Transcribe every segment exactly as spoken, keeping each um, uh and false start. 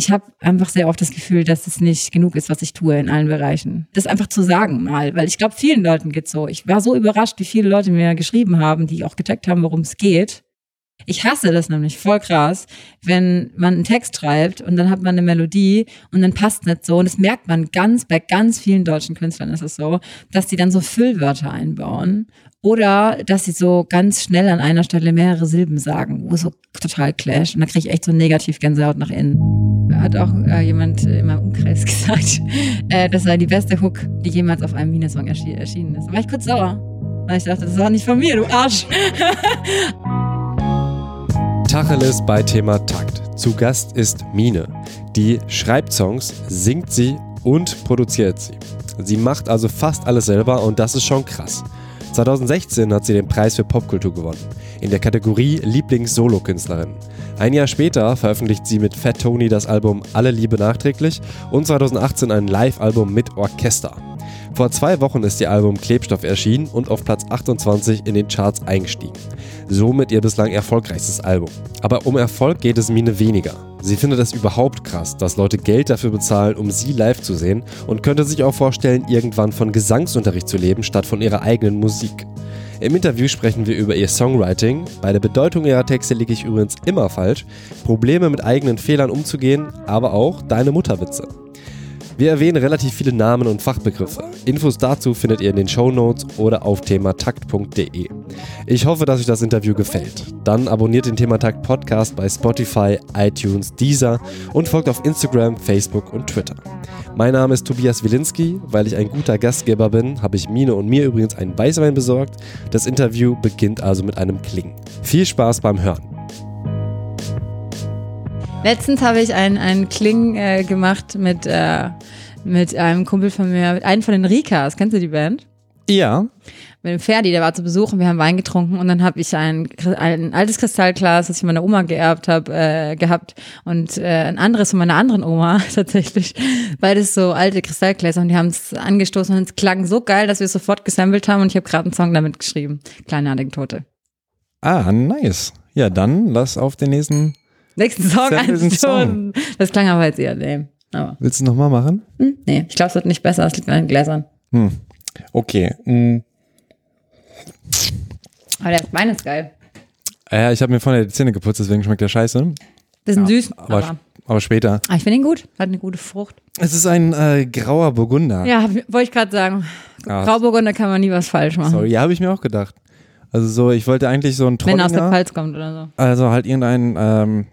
ich habe einfach sehr oft das Gefühl, dass es nicht genug ist, was ich tue in allen Bereichen. Das einfach zu sagen mal, weil ich glaube, vielen Leuten geht's so. Ich war so überrascht, wie viele Leute mir geschrieben haben, die auch gecheckt haben, worum es geht. Ich hasse das nämlich voll krass, wenn man einen Text schreibt und dann hat man eine Melodie und dann passt nicht so. Und das merkt man ganz, bei ganz vielen deutschen Künstlern ist es so, dass die dann so Füllwörter einbauen oder dass sie so ganz schnell an einer Stelle mehrere Silben sagen, wo so total clash. Und da kriege ich echt so negativ Gänsehaut nach innen. Da hat auch äh, jemand in meinem Umkreis gesagt, äh, das sei die beste Hook, die jemals auf einem Mine-Song erschi- erschienen ist. Da war ich kurz sauer, weil ich dachte, das war nicht von mir, du Arsch. Tacheles bei Thema Takt. Zu Gast ist Mine. Die schreibt Songs, singt sie und produziert sie. Sie macht also fast alles selber und das ist schon krass. zwanzig sechzehn hat sie den Preis für Popkultur gewonnen, in der Kategorie Lieblings-Solo-Künstlerin. Ein Jahr später veröffentlicht sie mit Fat Tony das Album Alle Liebe nachträglich und zwanzig achtzehn ein Live-Album mit Orchester. Vor zwei Wochen ist ihr Album Klebstoff erschienen und auf Platz achtundzwanzig in den Charts eingestiegen. Somit ihr bislang erfolgreichstes Album. Aber um Erfolg geht es Mine weniger. Sie findet es überhaupt krass, dass Leute Geld dafür bezahlen, um sie live zu sehen und könnte sich auch vorstellen, irgendwann von Gesangsunterricht zu leben, statt von ihrer eigenen Musik. Im Interview sprechen wir über ihr Songwriting, bei der Bedeutung ihrer Texte liege ich übrigens immer falsch, Probleme mit eigenen Fehlern umzugehen, aber auch deine Mutterwitze. Wir erwähnen relativ viele Namen und Fachbegriffe. Infos dazu findet ihr in den Shownotes oder auf thematakt punkt de. Ich hoffe, dass euch das Interview gefällt. Dann abonniert den Thematakt Podcast bei Spotify, iTunes, Deezer und folgt auf Instagram, Facebook und Twitter. Mein Name ist Tobias Wilinski. Weil ich ein guter Gastgeber bin, habe ich Mine und mir übrigens einen Weißwein besorgt. Das Interview beginnt also mit einem Klingen. Viel Spaß beim Hören. Letztens habe ich einen, einen Kling äh, gemacht mit, äh, mit einem Kumpel von mir, mit einem von den Rikas. Kennst du die Band? Ja. Mit dem Ferdi, der war zu Besuch und wir haben Wein getrunken und dann habe ich ein, ein altes Kristallglas, das ich meiner Oma geerbt habe, äh, gehabt und äh, ein anderes von meiner anderen Oma tatsächlich. Beides so alte Kristallgläser und die haben es angestoßen und es klang so geil, dass wir es sofort gesampelt haben und ich habe gerade einen Song damit geschrieben. Kleine Anekdote. Ah, nice. Ja, dann lass auf den nächsten... Nächsten Song anstoßen. Das klang aber jetzt eher lame. Aber. Willst du nochmal machen? Hm, nee, ich glaube, es wird nicht besser. Es liegt an den Gläsern. Hm. Okay. Hm. Aber der Wein ist geil. Ja, ich habe mir vorher die Zähne geputzt, deswegen schmeckt der scheiße. Bisschen ja, süß, aber, aber, aber später. Ah, ich finde ihn gut. Hat eine gute Frucht. Es ist ein äh, grauer Burgunder. Ja, wollte ich gerade sagen. Ah. Grauburgunder kann man nie was falsch machen. Sorry, ja, habe ich mir auch gedacht. Also so, ich wollte eigentlich so ein Trollinger. Wenn er aus der Pfalz kommt oder so. Also halt irgendeinen ähm,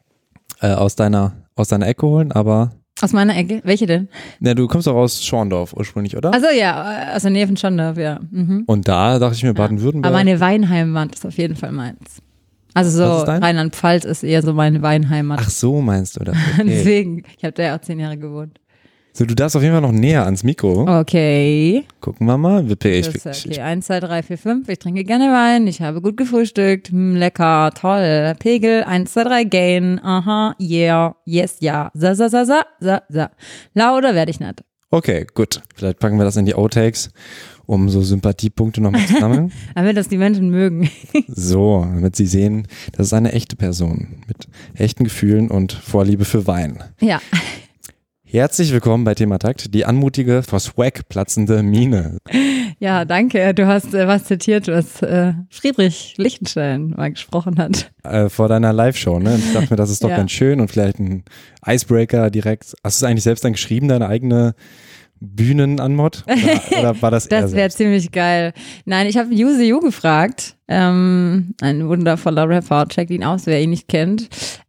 äh, aus deiner aus deiner Ecke holen, aber... Aus meiner Ecke? Welche denn? Ja, du kommst doch aus Schorndorf ursprünglich, oder? Also ja, aus der Nähe von Schorndorf, ja. Mhm. Und da dachte ich mir, Baden-Württemberg... Aber meine Weinheimat ist auf jeden Fall meins. Also so Rheinland-Pfalz ist eher so meine Weinheimat. Ach so, meinst du das? Okay. Deswegen, ich habe da ja auch zehn Jahre gewohnt. So, du darfst auf jeden Fall noch näher ans Mikro. Okay. Gucken wir mal. Ich, ich, ich, okay, eins, zwei, drei, vier, fünf. Ich trinke gerne Wein. Ich habe gut gefrühstückt. Hm, lecker, toll. Pegel, eins, zwei, drei, Gain. Aha, yeah, yes, ja. Sa, sa, sa, sa, sa, sa. Lauter werde ich nicht. Okay, gut. Vielleicht packen wir das in die Outtakes, um so Sympathiepunkte nochmal zu sammeln. Damit das die Menschen mögen. So, damit sie sehen, das ist eine echte Person mit echten Gefühlen und Vorliebe für Wein. Ja. Herzlich willkommen bei Thematakt, die anmutige, vor Swag platzende Mine. Ja, danke. Du hast äh, was zitiert, was äh, Friedrich Lichtenstein mal gesprochen hat. Äh, vor deiner Live-Show, ne? Ich dachte mir, das ist doch ja. ganz schön und vielleicht ein Icebreaker direkt. Hast du es eigentlich selbst dann geschrieben, deine eigene Bühnenanmod? Oder, oder war das eher Das wäre ziemlich geil. Nein, ich habe Yuzi Yu gefragt. Ähm, ein wundervoller Rapper, checkt ihn aus, wer ihn nicht kennt.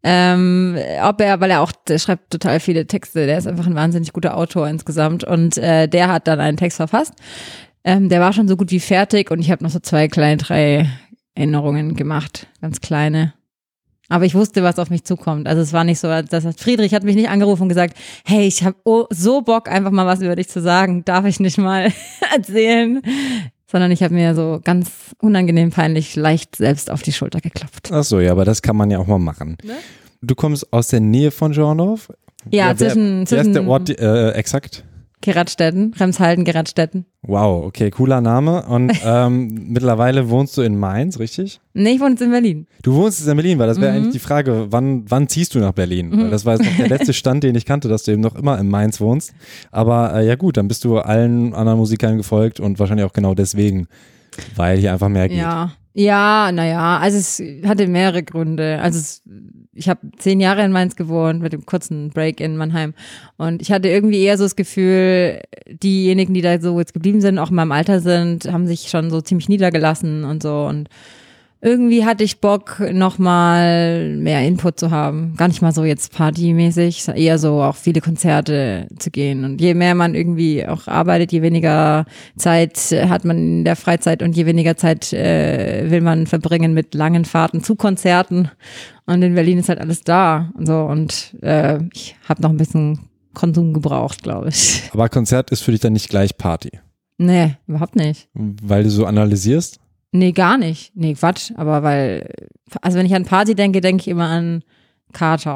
Ähm, ob er, weil er auch, der schreibt total viele Texte, der ist einfach ein wahnsinnig guter Autor insgesamt und äh, der hat dann einen Text verfasst. Ähm, der war schon so gut wie fertig und ich habe noch so zwei kleine, drei Erinnerungen gemacht, ganz kleine. Aber ich wusste, was auf mich zukommt. Also es war nicht so, dass Friedrich hat mich nicht angerufen und gesagt, hey, ich habe oh, so Bock, einfach mal was über dich zu sagen. Darf ich nicht mal erzählen? Sondern ich habe mir so ganz unangenehm peinlich leicht selbst auf die Schulter geklopft. Ach so, ja, aber das kann man ja auch mal machen. Ne? Du kommst aus der Nähe von Schorndorf? Ja, ja zwischen... Wer, zwischen wer ist der Ort äh, exakt? Geradstetten, Remshalden, Geradstetten. Wow, okay, cooler Name. Und ähm, mittlerweile wohnst du in Mainz, richtig? Nee, ich wohne jetzt in Berlin. Du wohnst jetzt in Berlin, weil das wäre Mhm. eigentlich die Frage, wann, wann ziehst du nach Berlin? Mhm. Weil das war jetzt noch der letzte Stand, den ich kannte, dass du eben noch immer in Mainz wohnst. Aber äh, ja gut, dann bist du allen anderen Musikern gefolgt und wahrscheinlich auch genau deswegen, weil hier einfach mehr geht. Ja, ja, naja, also es hatte mehrere Gründe. Also es, ich habe zehn Jahre in Mainz gewohnt mit dem kurzen Break in Mannheim und ich hatte irgendwie eher so das Gefühl, diejenigen, die da so jetzt geblieben sind, auch in meinem Alter sind, haben sich schon so ziemlich niedergelassen und so und irgendwie hatte ich Bock, nochmal mehr Input zu haben. Gar nicht mal so jetzt partymäßig, eher so auch viele Konzerte zu gehen. Und je mehr man irgendwie auch arbeitet, je weniger Zeit hat man in der Freizeit und je weniger Zeit äh, will man verbringen mit langen Fahrten zu Konzerten. Und in Berlin ist halt alles da und so. Und äh, ich habe noch ein bisschen Konsum gebraucht, glaube ich. Aber Konzert ist für dich dann nicht gleich Party? Nee, überhaupt nicht. Weil du so analysierst? Nee, gar nicht. Nee, Quatsch. Aber weil, also wenn ich an Party denke, denke ich immer an Kater.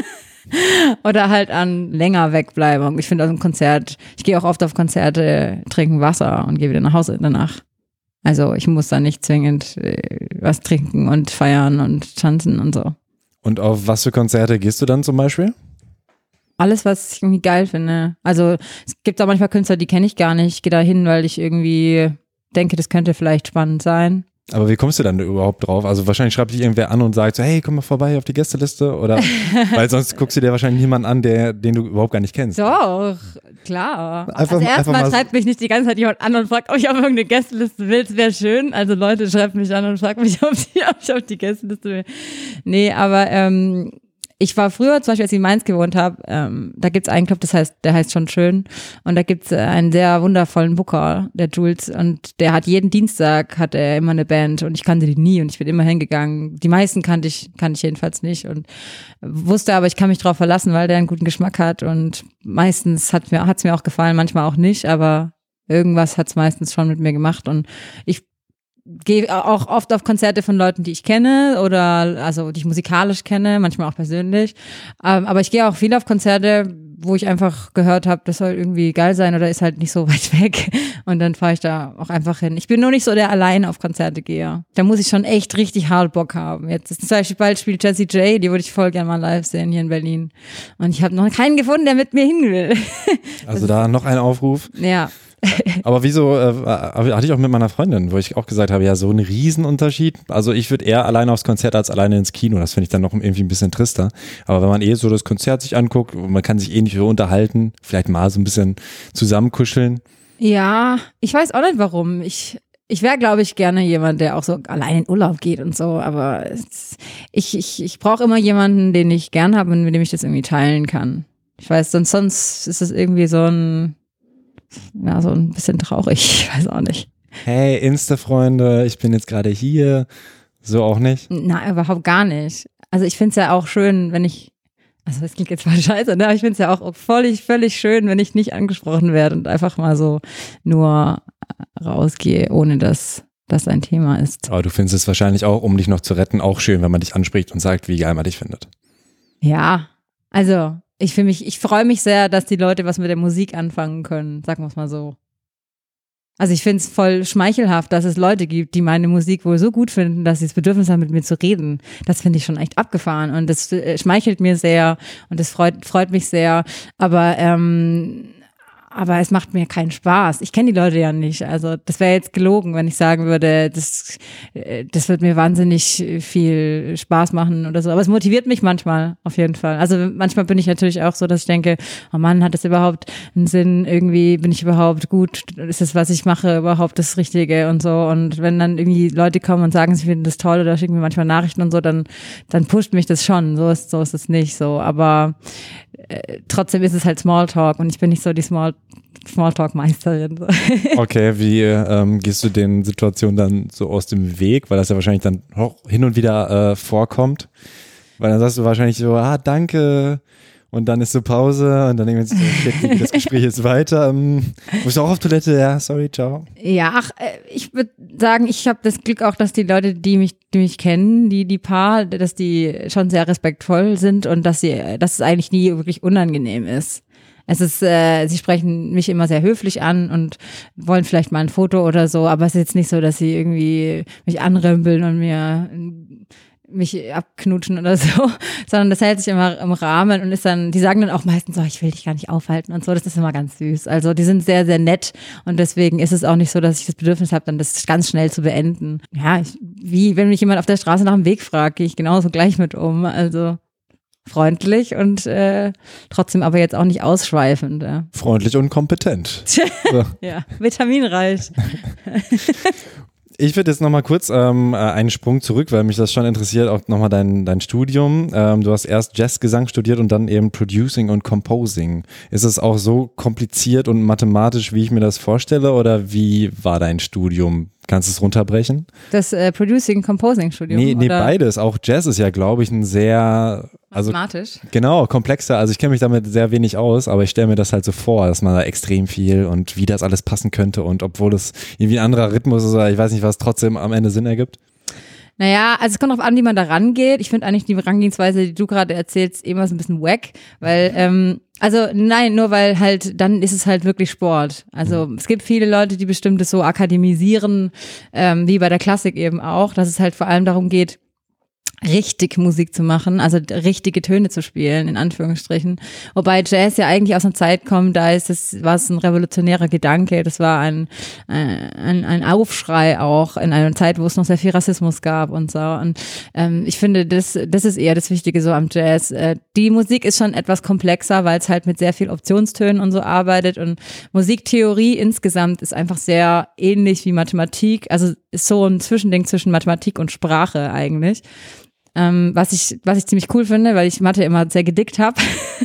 Oder halt an länger wegbleiben. Ich finde, aus dem Konzert, ich gehe auch oft auf Konzerte, trinken Wasser und gehe wieder nach Hause danach. Also ich muss da nicht zwingend äh, was trinken und feiern und tanzen und so. Und auf was für Konzerte gehst du dann zum Beispiel? Alles, was ich irgendwie geil finde. Also es gibt auch manchmal Künstler, die kenne ich gar nicht. Ich gehe da hin, weil ich irgendwie denke, das könnte vielleicht spannend sein. Aber wie kommst du dann überhaupt drauf? Also wahrscheinlich schreibt dich irgendwer an und sagt so, hey, komm mal vorbei auf die Gästeliste oder, weil sonst guckst du dir wahrscheinlich niemanden an, der, den du überhaupt gar nicht kennst. Doch, klar. Einfach- also erstmal einfach mal- schreibt mich nicht die ganze Zeit jemand an und fragt, ob ich auf irgendeine Gästeliste will. Das wäre schön. Also Leute, schreibt mich an und fragt mich, ob, die, ob ich auf die Gästeliste will. Nee, aber ähm, ich war früher, zum Beispiel, als ich in Mainz gewohnt habe, ähm, da gibt's einen Club, das heißt, der heißt schon schön. Und da gibt's äh, einen sehr wundervollen Booker, der Jules. Und der hat jeden Dienstag, hat er immer eine Band. Und ich kannte die nie und ich bin immer hingegangen. Die meisten kannte ich, kannte ich jedenfalls nicht. Und wusste aber, ich kann mich drauf verlassen, weil der einen guten Geschmack hat. Und meistens hat mir, hat's mir auch gefallen, manchmal auch nicht. Aber irgendwas hat's meistens schon mit mir gemacht. Und ich gehe auch oft auf Konzerte von Leuten, die ich kenne oder also die ich musikalisch kenne, manchmal auch persönlich. Ähm, aber ich gehe auch viel auf Konzerte, wo ich einfach gehört habe, das soll irgendwie geil sein oder ist halt nicht so weit weg. Und dann fahre ich da auch einfach hin. Ich bin nur nicht so der allein auf Konzerte gehe. Da muss ich schon echt richtig hart Bock haben. Jetzt ist zum Beispiel bald spielt Jessie J, die würde ich voll gerne mal live sehen hier in Berlin. Und ich habe noch keinen gefunden, der mit mir hin will. Also da noch ein Aufruf. Ja. Aber wieso, äh, hatte ich auch mit meiner Freundin, wo ich auch gesagt habe, ja, so ein Riesenunterschied. Also ich würde eher alleine aufs Konzert als alleine ins Kino. Das finde ich dann noch irgendwie ein bisschen trister. Aber wenn man eh so das Konzert sich anguckt, man kann sich eh nicht so unterhalten, vielleicht mal so ein bisschen zusammenkuscheln. Ja, ich weiß auch nicht warum. Ich, ich wäre, glaube ich, gerne jemand, der auch so allein in Urlaub geht und so. Aber es, ich, ich, ich brauche immer jemanden, den ich gern habe und mit dem ich das irgendwie teilen kann. Ich weiß, sonst, sonst ist es irgendwie so ein Ja, so ein bisschen traurig, ich weiß auch nicht. Hey, Insta-Freunde, ich bin jetzt gerade hier. So auch nicht? Na, überhaupt gar nicht. Also ich finde es ja auch schön, wenn ich, also das klingt jetzt voll scheiße, ne? Aber ich finde es ja auch völlig, völlig schön, wenn ich nicht angesprochen werde und einfach mal so nur rausgehe, ohne dass das ein Thema ist. Aber du findest es wahrscheinlich auch, um dich noch zu retten, auch schön, wenn man dich anspricht und sagt, wie geil man dich findet. Ja, also ich fühle mich, ich freue mich sehr, dass die Leute was mit der Musik anfangen können, sagen wir es mal so. Also ich finde es voll schmeichelhaft, dass es Leute gibt, die meine Musik wohl so gut finden, dass sie das Bedürfnis haben, mit mir zu reden. Das finde ich schon echt abgefahren und das äh, schmeichelt mir sehr und das freut, freut mich sehr. Aber ähm, aber es macht mir keinen Spaß. Ich kenne die Leute ja nicht. Also das wäre jetzt gelogen, wenn ich sagen würde, das, das wird mir wahnsinnig viel Spaß machen oder so. Aber es motiviert mich manchmal auf jeden Fall. Also manchmal bin ich natürlich auch so, dass ich denke, oh Mann, hat das überhaupt einen Sinn? Irgendwie bin ich überhaupt gut? Ist das, was ich mache, überhaupt das Richtige und so? Und wenn dann irgendwie Leute kommen und sagen, sie finden das toll oder schicken mir manchmal Nachrichten und so, dann, dann pusht mich das schon. So ist, so ist es nicht so. Aber äh, trotzdem ist es halt Smalltalk und ich bin nicht so die Small Smalltalk-Meisterin. Okay, wie ähm, gehst du den Situationen dann so aus dem Weg, weil das ja wahrscheinlich dann auch hin und wieder äh, vorkommt, weil dann sagst du wahrscheinlich so, ah, danke und dann ist so Pause und dann denkt man sich so, okay, das Gespräch ist weiter, ähm, musst du auch auf Toilette? Ja, sorry, ciao. Ja, ach, ich würde sagen, ich habe das Glück auch, dass die Leute, die mich, die mich kennen, die, die Paar, dass die schon sehr respektvoll sind und dass sie, dass es eigentlich nie wirklich unangenehm ist. Es ist, äh, sie sprechen mich immer sehr höflich an und wollen vielleicht mal ein Foto oder so, aber es ist jetzt nicht so, dass sie irgendwie mich anrempeln und mir mich abknutschen oder so, sondern das hält sich immer im Rahmen und ist dann, die sagen dann auch meistens so, ich will dich gar nicht aufhalten und so, das ist immer ganz süß. Also die sind sehr, sehr nett und deswegen ist es auch nicht so, dass ich das Bedürfnis habe, dann das ganz schnell zu beenden. Ja, ich, wie wenn mich jemand auf der Straße nach dem Weg fragt, gehe ich genauso gleich mit um, also freundlich und äh, trotzdem aber jetzt auch nicht ausschweifend. Ja. Freundlich und kompetent. So. Ja, vitaminreich. Ich würde jetzt nochmal kurz ähm, einen Sprung zurück, weil mich das schon interessiert, auch nochmal dein, dein Studium. Ähm, du hast erst Jazzgesang studiert und dann eben Producing und Composing. Ist es auch so kompliziert und mathematisch, wie ich mir das vorstelle, oder wie war dein Studium? Kannst du es runterbrechen? Das äh, Producing-Composing-Studium? Nee, nee oder? beides. Auch Jazz ist ja, glaube ich, ein sehr... Also, mathematisch? Genau, komplexer. Also ich kenne mich damit sehr wenig aus, aber ich stelle mir das halt so vor, dass man da extrem viel und wie das alles passen könnte und obwohl es irgendwie ein anderer Rhythmus ist oder ich weiß nicht, was trotzdem am Ende Sinn ergibt. Naja, also es kommt darauf an, wie man da rangeht. Ich finde eigentlich die Herangehensweise, die du gerade erzählst, immer so ein bisschen wack, weil, ähm, also nein, nur weil halt, dann ist es halt wirklich Sport. Also mhm. es gibt viele Leute, die bestimmt das so akademisieren, ähm, wie bei der Klassik eben auch, dass es halt vor allem darum geht, richtig Musik zu machen, also richtige Töne zu spielen, in Anführungsstrichen. Wobei Jazz ja eigentlich aus einer Zeit kommt, da ist es, war es ein revolutionärer Gedanke, das war ein, ein, ein Aufschrei auch in einer Zeit, wo es noch sehr viel Rassismus gab und so. Und ähm, ich finde, das, das ist eher das Wichtige so am Jazz. Äh, die Musik ist schon etwas komplexer, weil es halt mit sehr viel Optionstönen und so arbeitet und Musiktheorie insgesamt ist einfach sehr ähnlich wie Mathematik, also ist so ein Zwischending zwischen Mathematik und Sprache eigentlich. Ähm, was ich was ich ziemlich cool finde, weil ich Mathe immer sehr gedickt habe.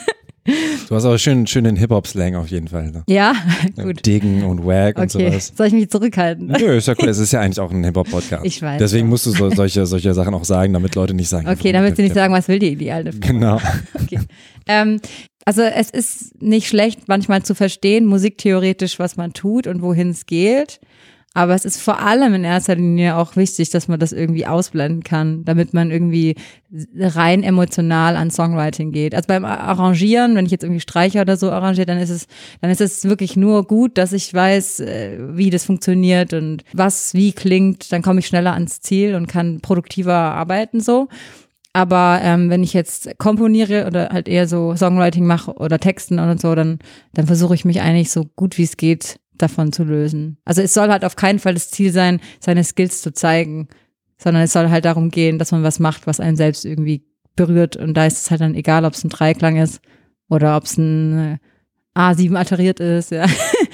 Du hast aber schön, schön den Hip-Hop-Slang auf jeden Fall. Ne? Ja, gut. Diggen und Wag und okay. sowas. Soll ich mich zurückhalten? Nö, ist ja cool. Es ist ja eigentlich auch ein Hip-Hop-Podcast. Ich weiß. Deswegen musst du so, solche, solche Sachen auch sagen, damit Leute nicht sagen. Okay, damit sie nicht sagen, was will die, die alte Frau. Genau. Okay. Ähm, also es ist nicht schlecht, manchmal zu verstehen, musiktheoretisch, was man tut und wohin es geht. Aber es ist vor allem in erster Linie auch wichtig, dass man das irgendwie ausblenden kann, damit man irgendwie rein emotional an Songwriting geht. Also beim Arrangieren, wenn ich jetzt irgendwie Streicher oder so arrangiere, dann ist es, dann ist es wirklich nur gut, dass ich weiß, wie das funktioniert und was wie klingt. Dann komme ich schneller ans Ziel und kann produktiver arbeiten so. Aber ähm, wenn ich jetzt komponiere oder halt eher so Songwriting mache oder Texten oder so, dann, dann versuche ich mich eigentlich so gut wie es geht davon zu lösen. Also es soll halt auf keinen Fall das Ziel sein, seine Skills zu zeigen, sondern es soll halt darum gehen, dass man was macht, was einen selbst irgendwie berührt. Und da ist es halt dann egal, ob es ein Dreiklang ist oder ob es ein A sieben alteriert ist, ja.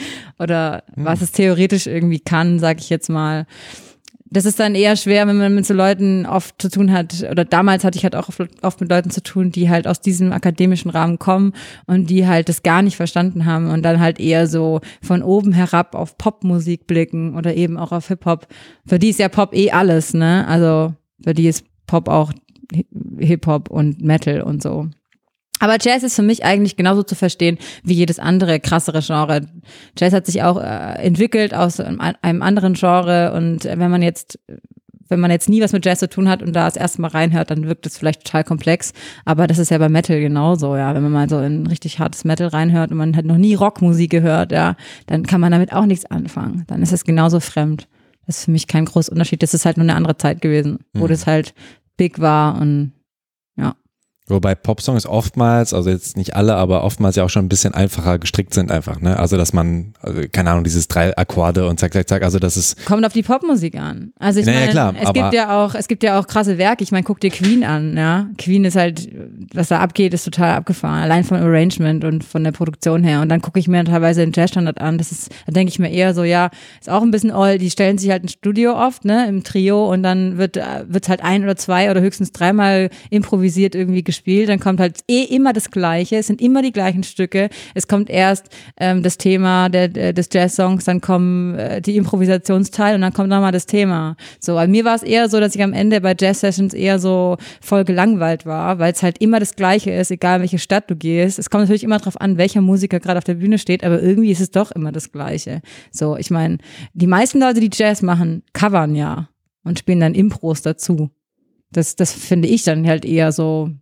Oder hm. was es theoretisch irgendwie kann, sag ich jetzt mal. Das ist dann eher schwer, wenn man mit so Leuten oft zu tun hat, oder damals hatte ich halt auch oft mit Leuten zu tun, die halt aus diesem akademischen Rahmen kommen und die halt das gar nicht verstanden haben und dann halt eher so von oben herab auf Popmusik blicken oder eben auch auf Hip-Hop. Für die ist ja Pop eh alles, ne? Also für die ist Pop auch Hip-Hop und Metal und so. Aber Jazz ist für mich eigentlich genauso zu verstehen wie jedes andere krassere Genre. Jazz hat sich auch äh, entwickelt aus einem, einem anderen Genre und wenn man jetzt wenn man jetzt nie was mit Jazz zu tun hat und da das erste Mal reinhört, dann wirkt es vielleicht total komplex, aber das ist ja bei Metal genauso, ja, wenn man mal so in richtig hartes Metal reinhört und man hat noch nie Rockmusik gehört, ja, dann kann man damit auch nichts anfangen, dann ist es genauso fremd. Das ist für mich kein großer Unterschied, das ist halt nur eine andere Zeit gewesen, wo mhm. das halt big war und ja. Wobei Popsongs oftmals, also jetzt nicht alle, aber oftmals ja auch schon ein bisschen einfacher gestrickt sind einfach, ne? Also dass man, also keine Ahnung, dieses drei Akkorde und zack, zack, zack, also das ist... Kommt auf die Popmusik an. Also ich naja, meine, klar, es gibt ja auch, es gibt ja auch krasse Werke. Ich meine, guck dir Queen an, ja. Queen ist halt, was da abgeht, ist total abgefahren. Allein vom Arrangement und von der Produktion her. Und dann gucke ich mir teilweise den Jazzstandard an. Das ist, da denke ich mir eher so, ja, ist auch ein bisschen old. Die stellen sich halt ein Studio oft, ne, im Trio und dann wird, wird's halt ein oder zwei oder höchstens dreimal improvisiert irgendwie gespielt. Dann kommt halt eh immer das Gleiche, es sind immer die gleichen Stücke. Es kommt erst ähm, das Thema der, der, des Jazz-Songs, dann kommen äh, die Improvisationsteile und dann kommt nochmal das Thema. So, bei mir war es eher so, dass ich am Ende bei Jazz-Sessions eher so voll gelangweilt war, weil es halt immer das Gleiche ist, egal in welche Stadt du gehst. Es kommt natürlich immer drauf an, welcher Musiker gerade auf der Bühne steht, aber irgendwie ist es doch immer das Gleiche. So, ich meine, die meisten Leute, die Jazz machen, covern ja und spielen dann Impros dazu. Das, das finde ich dann halt eher so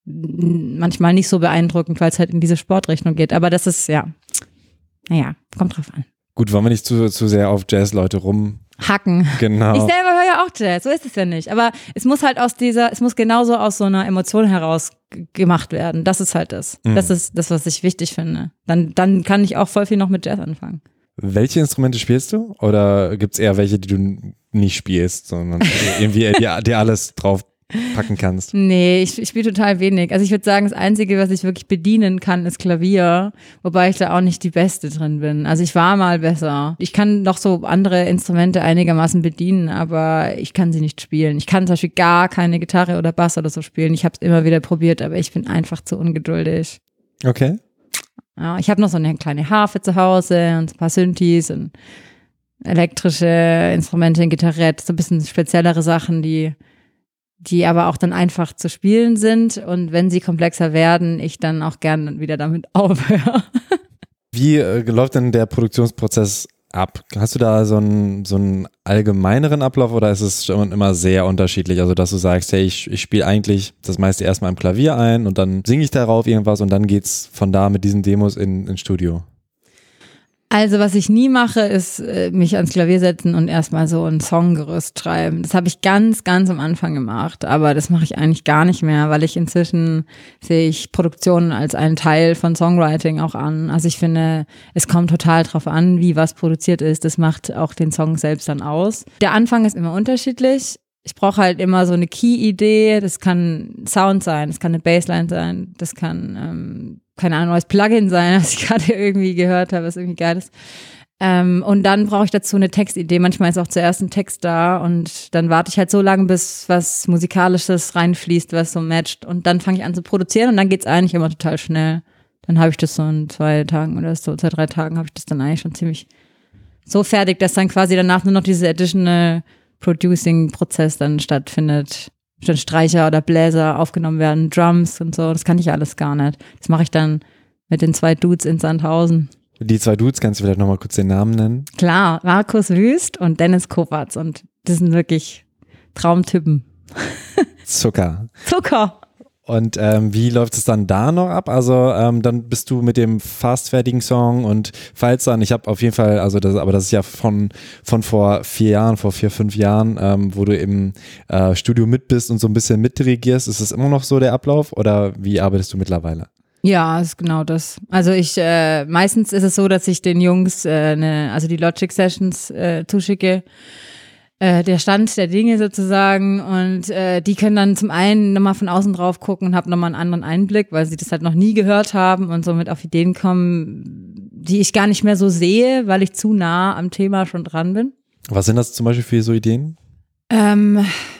manchmal nicht so beeindruckend, weil es halt in diese Sportrichtung geht. Aber das ist, ja, naja, kommt drauf an. Gut, wollen wir nicht zu, zu sehr auf Jazz-Leute rum hacken. Genau. Ich selber höre ja auch Jazz, so ist es ja nicht. Aber es muss halt aus dieser, es muss genauso aus so einer Emotion heraus g- gemacht werden. Das ist halt das. Mhm. Das ist das, was ich wichtig finde. Dann, dann kann ich auch voll viel noch mit Jazz anfangen. Welche Instrumente spielst du? Oder gibt es eher welche, die du nicht spielst, sondern irgendwie dir, dir alles drauf packen kannst? Nee, ich, ich spiele total wenig. Also ich würde sagen, das Einzige, was ich wirklich bedienen kann, ist Klavier, wobei ich da auch nicht die Beste drin bin. Also ich war mal besser. Ich kann noch so andere Instrumente einigermaßen bedienen, aber ich kann sie nicht spielen. Ich kann zum Beispiel gar keine Gitarre oder Bass oder so spielen. Ich habe es immer wieder probiert, aber ich bin einfach zu ungeduldig. Okay. Ja, ich habe noch so eine kleine Harfe zu Hause und ein paar Synthes und elektrische Instrumente, ein Gitarrett, so ein bisschen speziellere Sachen, die die aber auch dann einfach zu spielen sind und wenn sie komplexer werden, ich dann auch gerne wieder damit aufhöre. Wie äh, läuft denn der Produktionsprozess ab? Hast du da so einen, so einen allgemeineren Ablauf oder ist es schon immer sehr unterschiedlich? Also dass du sagst, hey, ich, ich spiele eigentlich das meiste erstmal im Klavier ein und dann singe ich darauf irgendwas und dann geht's von da mit diesen Demos in, ins Studio. Also was ich nie mache, ist äh, mich ans Klavier setzen und erstmal so ein Songgerüst schreiben. Das habe ich ganz, ganz am Anfang gemacht, aber das mache ich eigentlich gar nicht mehr, weil ich inzwischen sehe ich Produktionen als einen Teil von Songwriting auch an. Also ich finde, es kommt total drauf an, wie was produziert ist. Das macht auch den Song selbst dann aus. Der Anfang ist immer unterschiedlich. Ich brauche halt immer so eine Key-Idee. Das kann Sound sein, das kann eine Bassline sein, das kann ähm, keine Ahnung, neues Plugin sein, was ich gerade irgendwie gehört habe, was irgendwie geil ist. Ähm, und dann brauche ich dazu eine Textidee. Manchmal ist auch zuerst ein Text da und dann warte ich halt so lange, bis was Musikalisches reinfließt, was so matcht. Und dann fange ich an zu produzieren und dann geht's eigentlich immer total schnell. Dann habe ich das so in zwei Tagen oder so, zwei, drei Tagen habe ich das dann eigentlich schon ziemlich so fertig, dass dann quasi danach nur noch diese additional Producing-Prozess dann stattfindet. Statt Streicher oder Bläser aufgenommen werden, Drums und so, das kann ich alles gar nicht. Das mache ich dann mit den zwei Dudes in Sandhausen. Die zwei Dudes, kannst du vielleicht nochmal kurz den Namen nennen? Klar, Markus Wüst und Dennis Kovacs und das sind wirklich Traumtypen. Zucker. Zucker. Und ähm, wie läuft es dann da noch ab? Also ähm, dann bist du mit dem fast fertigen Song und falls dann, ich habe auf jeden Fall, also das, aber das ist ja von von vor vier Jahren, vor vier, fünf Jahren, ähm, wo du im äh, Studio mit bist und so ein bisschen mitdirigierst. Ist das immer noch so der Ablauf oder wie arbeitest du mittlerweile? Ja, ist genau das. Also ich, äh, meistens ist es so, dass ich den Jungs, äh, ne, also die Logic Sessions äh, zuschicke, Äh, der Stand der Dinge sozusagen und äh, die können dann zum einen nochmal von außen drauf gucken und haben nochmal einen anderen Einblick, weil sie das halt noch nie gehört haben und somit auf Ideen kommen, die ich gar nicht mehr so sehe, weil ich zu nah am Thema schon dran bin. Was sind das zum Beispiel für so Ideen? Ähm,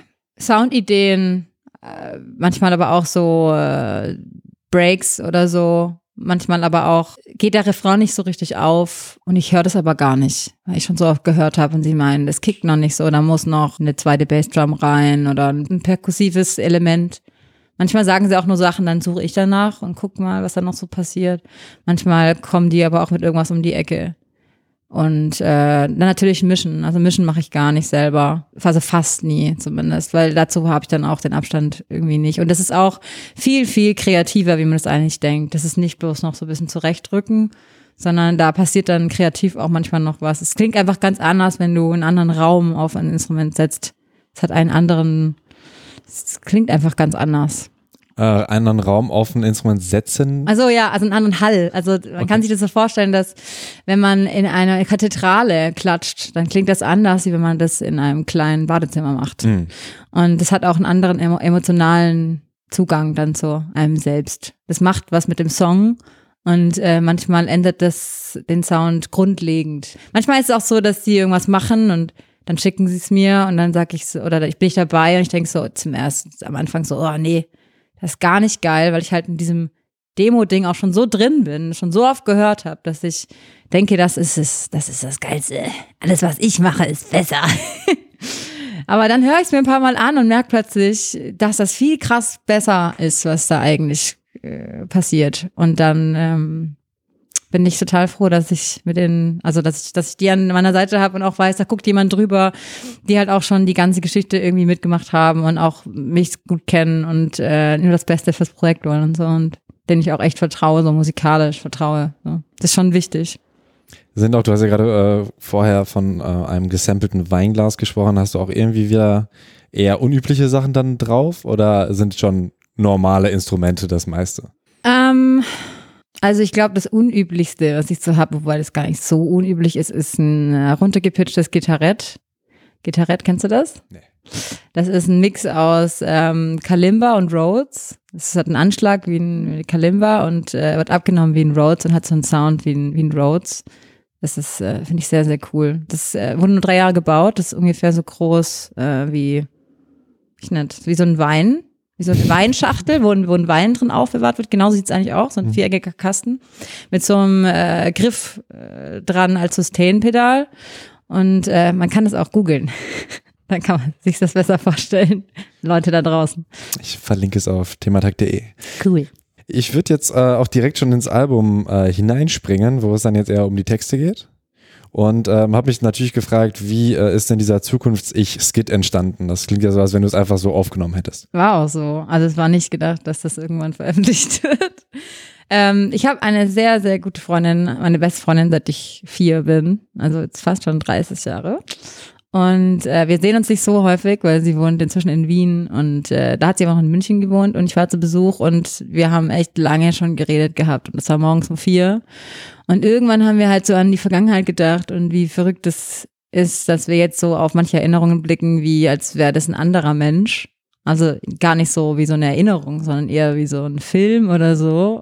Soundideen, äh, manchmal aber auch so äh, Breaks oder so. Manchmal aber auch, geht der Refrain nicht so richtig auf und ich höre das aber gar nicht, weil ich schon so oft gehört habe und sie meinen, das kickt noch nicht so, da muss noch eine zweite Bassdrum rein oder ein perkussives Element. Manchmal sagen sie auch nur Sachen, dann suche ich danach und guck mal, was da noch so passiert. Manchmal kommen die aber auch mit irgendwas um die Ecke. Und äh, dann natürlich mischen. Also mischen mache ich gar nicht selber. Also fast nie zumindest, weil dazu habe ich dann auch den Abstand irgendwie nicht. Und das ist auch viel, viel kreativer, wie man das eigentlich denkt. Das ist nicht bloß noch so ein bisschen zurechtdrücken, sondern da passiert dann kreativ auch manchmal noch was. Es klingt einfach ganz anders, wenn du einen anderen Raum auf ein Instrument setzt. Es hat einen anderen, es klingt einfach ganz anders. Äh, einen anderen Raum auf ein Instrument setzen? Also ja, also einen anderen Hall. Also man okay. kann sich das so vorstellen, dass wenn man in einer Kathedrale klatscht, dann klingt das anders, wie wenn man das in einem kleinen Badezimmer macht. Mhm. Und das hat auch einen anderen emo- emotionalen Zugang dann zu einem selbst. Das macht was mit dem Song und äh, manchmal ändert das den Sound grundlegend. Manchmal ist es auch so, dass die irgendwas machen und dann schicken sie es mir und dann sag ich so, oder ich bin ich dabei und ich denke so zum ersten, am Anfang so, oh nee, das ist gar nicht geil, weil ich halt in diesem Demo-Ding auch schon so drin bin, schon so oft gehört habe, dass ich denke, das ist es, das ist das Geilste. Alles, was ich mache, ist besser. Aber dann höre ich es mir ein paar Mal an und merke plötzlich, dass das viel krass besser ist, was da eigentlich äh, passiert. Und dann, ähm, bin ich total froh, dass ich mit den, also dass ich, dass ich die an meiner Seite habe und auch weiß, da guckt jemand drüber, die halt auch schon die ganze Geschichte irgendwie mitgemacht haben und auch mich gut kennen und äh, nur das Beste fürs Projekt wollen und so und denen ich auch echt vertraue, so musikalisch vertraue. So. Das ist schon wichtig. Sind auch, du hast ja gerade äh, vorher von äh, einem gesampelten Weinglas gesprochen, hast du auch irgendwie wieder eher unübliche Sachen dann drauf oder sind schon normale Instrumente das meiste? Ähm, also ich glaube, das Unüblichste, was ich so habe, wobei das gar nicht so unüblich ist, ist ein äh, runtergepitchtes Gitarrett. Gitarrett, kennst du das? Nee. Das ist ein Mix aus ähm, Kalimba und Rhodes. Es hat einen Anschlag wie ein Kalimba und äh, wird abgenommen wie ein Rhodes und hat so einen Sound wie ein, wie ein Rhodes. Das ist, äh, finde ich, sehr, sehr cool. Das äh, wurde nur drei Jahre gebaut. Das ist ungefähr so groß äh, wie, ich nenne wie so ein Wein. Wie so eine Weinschachtel, wo ein, wo ein Wein drin aufbewahrt wird. Genauso sieht es eigentlich auch. So ein viereckiger Kasten mit so einem äh, Griff äh, dran als Sustain-Pedal. Und äh, man kann das auch googeln. Dann kann man sich das besser vorstellen. Leute da draußen. Ich verlinke es auf thematakt punkt de. Cool. Ich würde jetzt äh, auch direkt schon ins Album äh, hineinspringen, wo es dann jetzt eher um die Texte geht. Und ähm, habe mich natürlich gefragt, wie äh, ist denn dieser Zukunfts-Ich-Skit entstanden? Das klingt ja so, als wenn du es einfach so aufgenommen hättest. War auch so. Also es war nicht gedacht, dass das irgendwann veröffentlicht wird. Ähm, ich habe eine sehr, sehr gute Freundin, meine beste Freundin, seit ich vier bin. Also jetzt fast schon dreißig Jahre. Und äh, wir sehen uns nicht so häufig, weil sie wohnt inzwischen in Wien und äh, da hat sie aber noch in München gewohnt und ich war zu Besuch und wir haben echt lange schon geredet gehabt und das war morgens um vier. Und irgendwann haben wir halt so an die Vergangenheit gedacht und wie verrückt es ist, dass wir jetzt so auf manche Erinnerungen blicken, wie als wäre das ein anderer Mensch. Also gar nicht so wie so eine Erinnerung, sondern eher wie so ein Film oder so.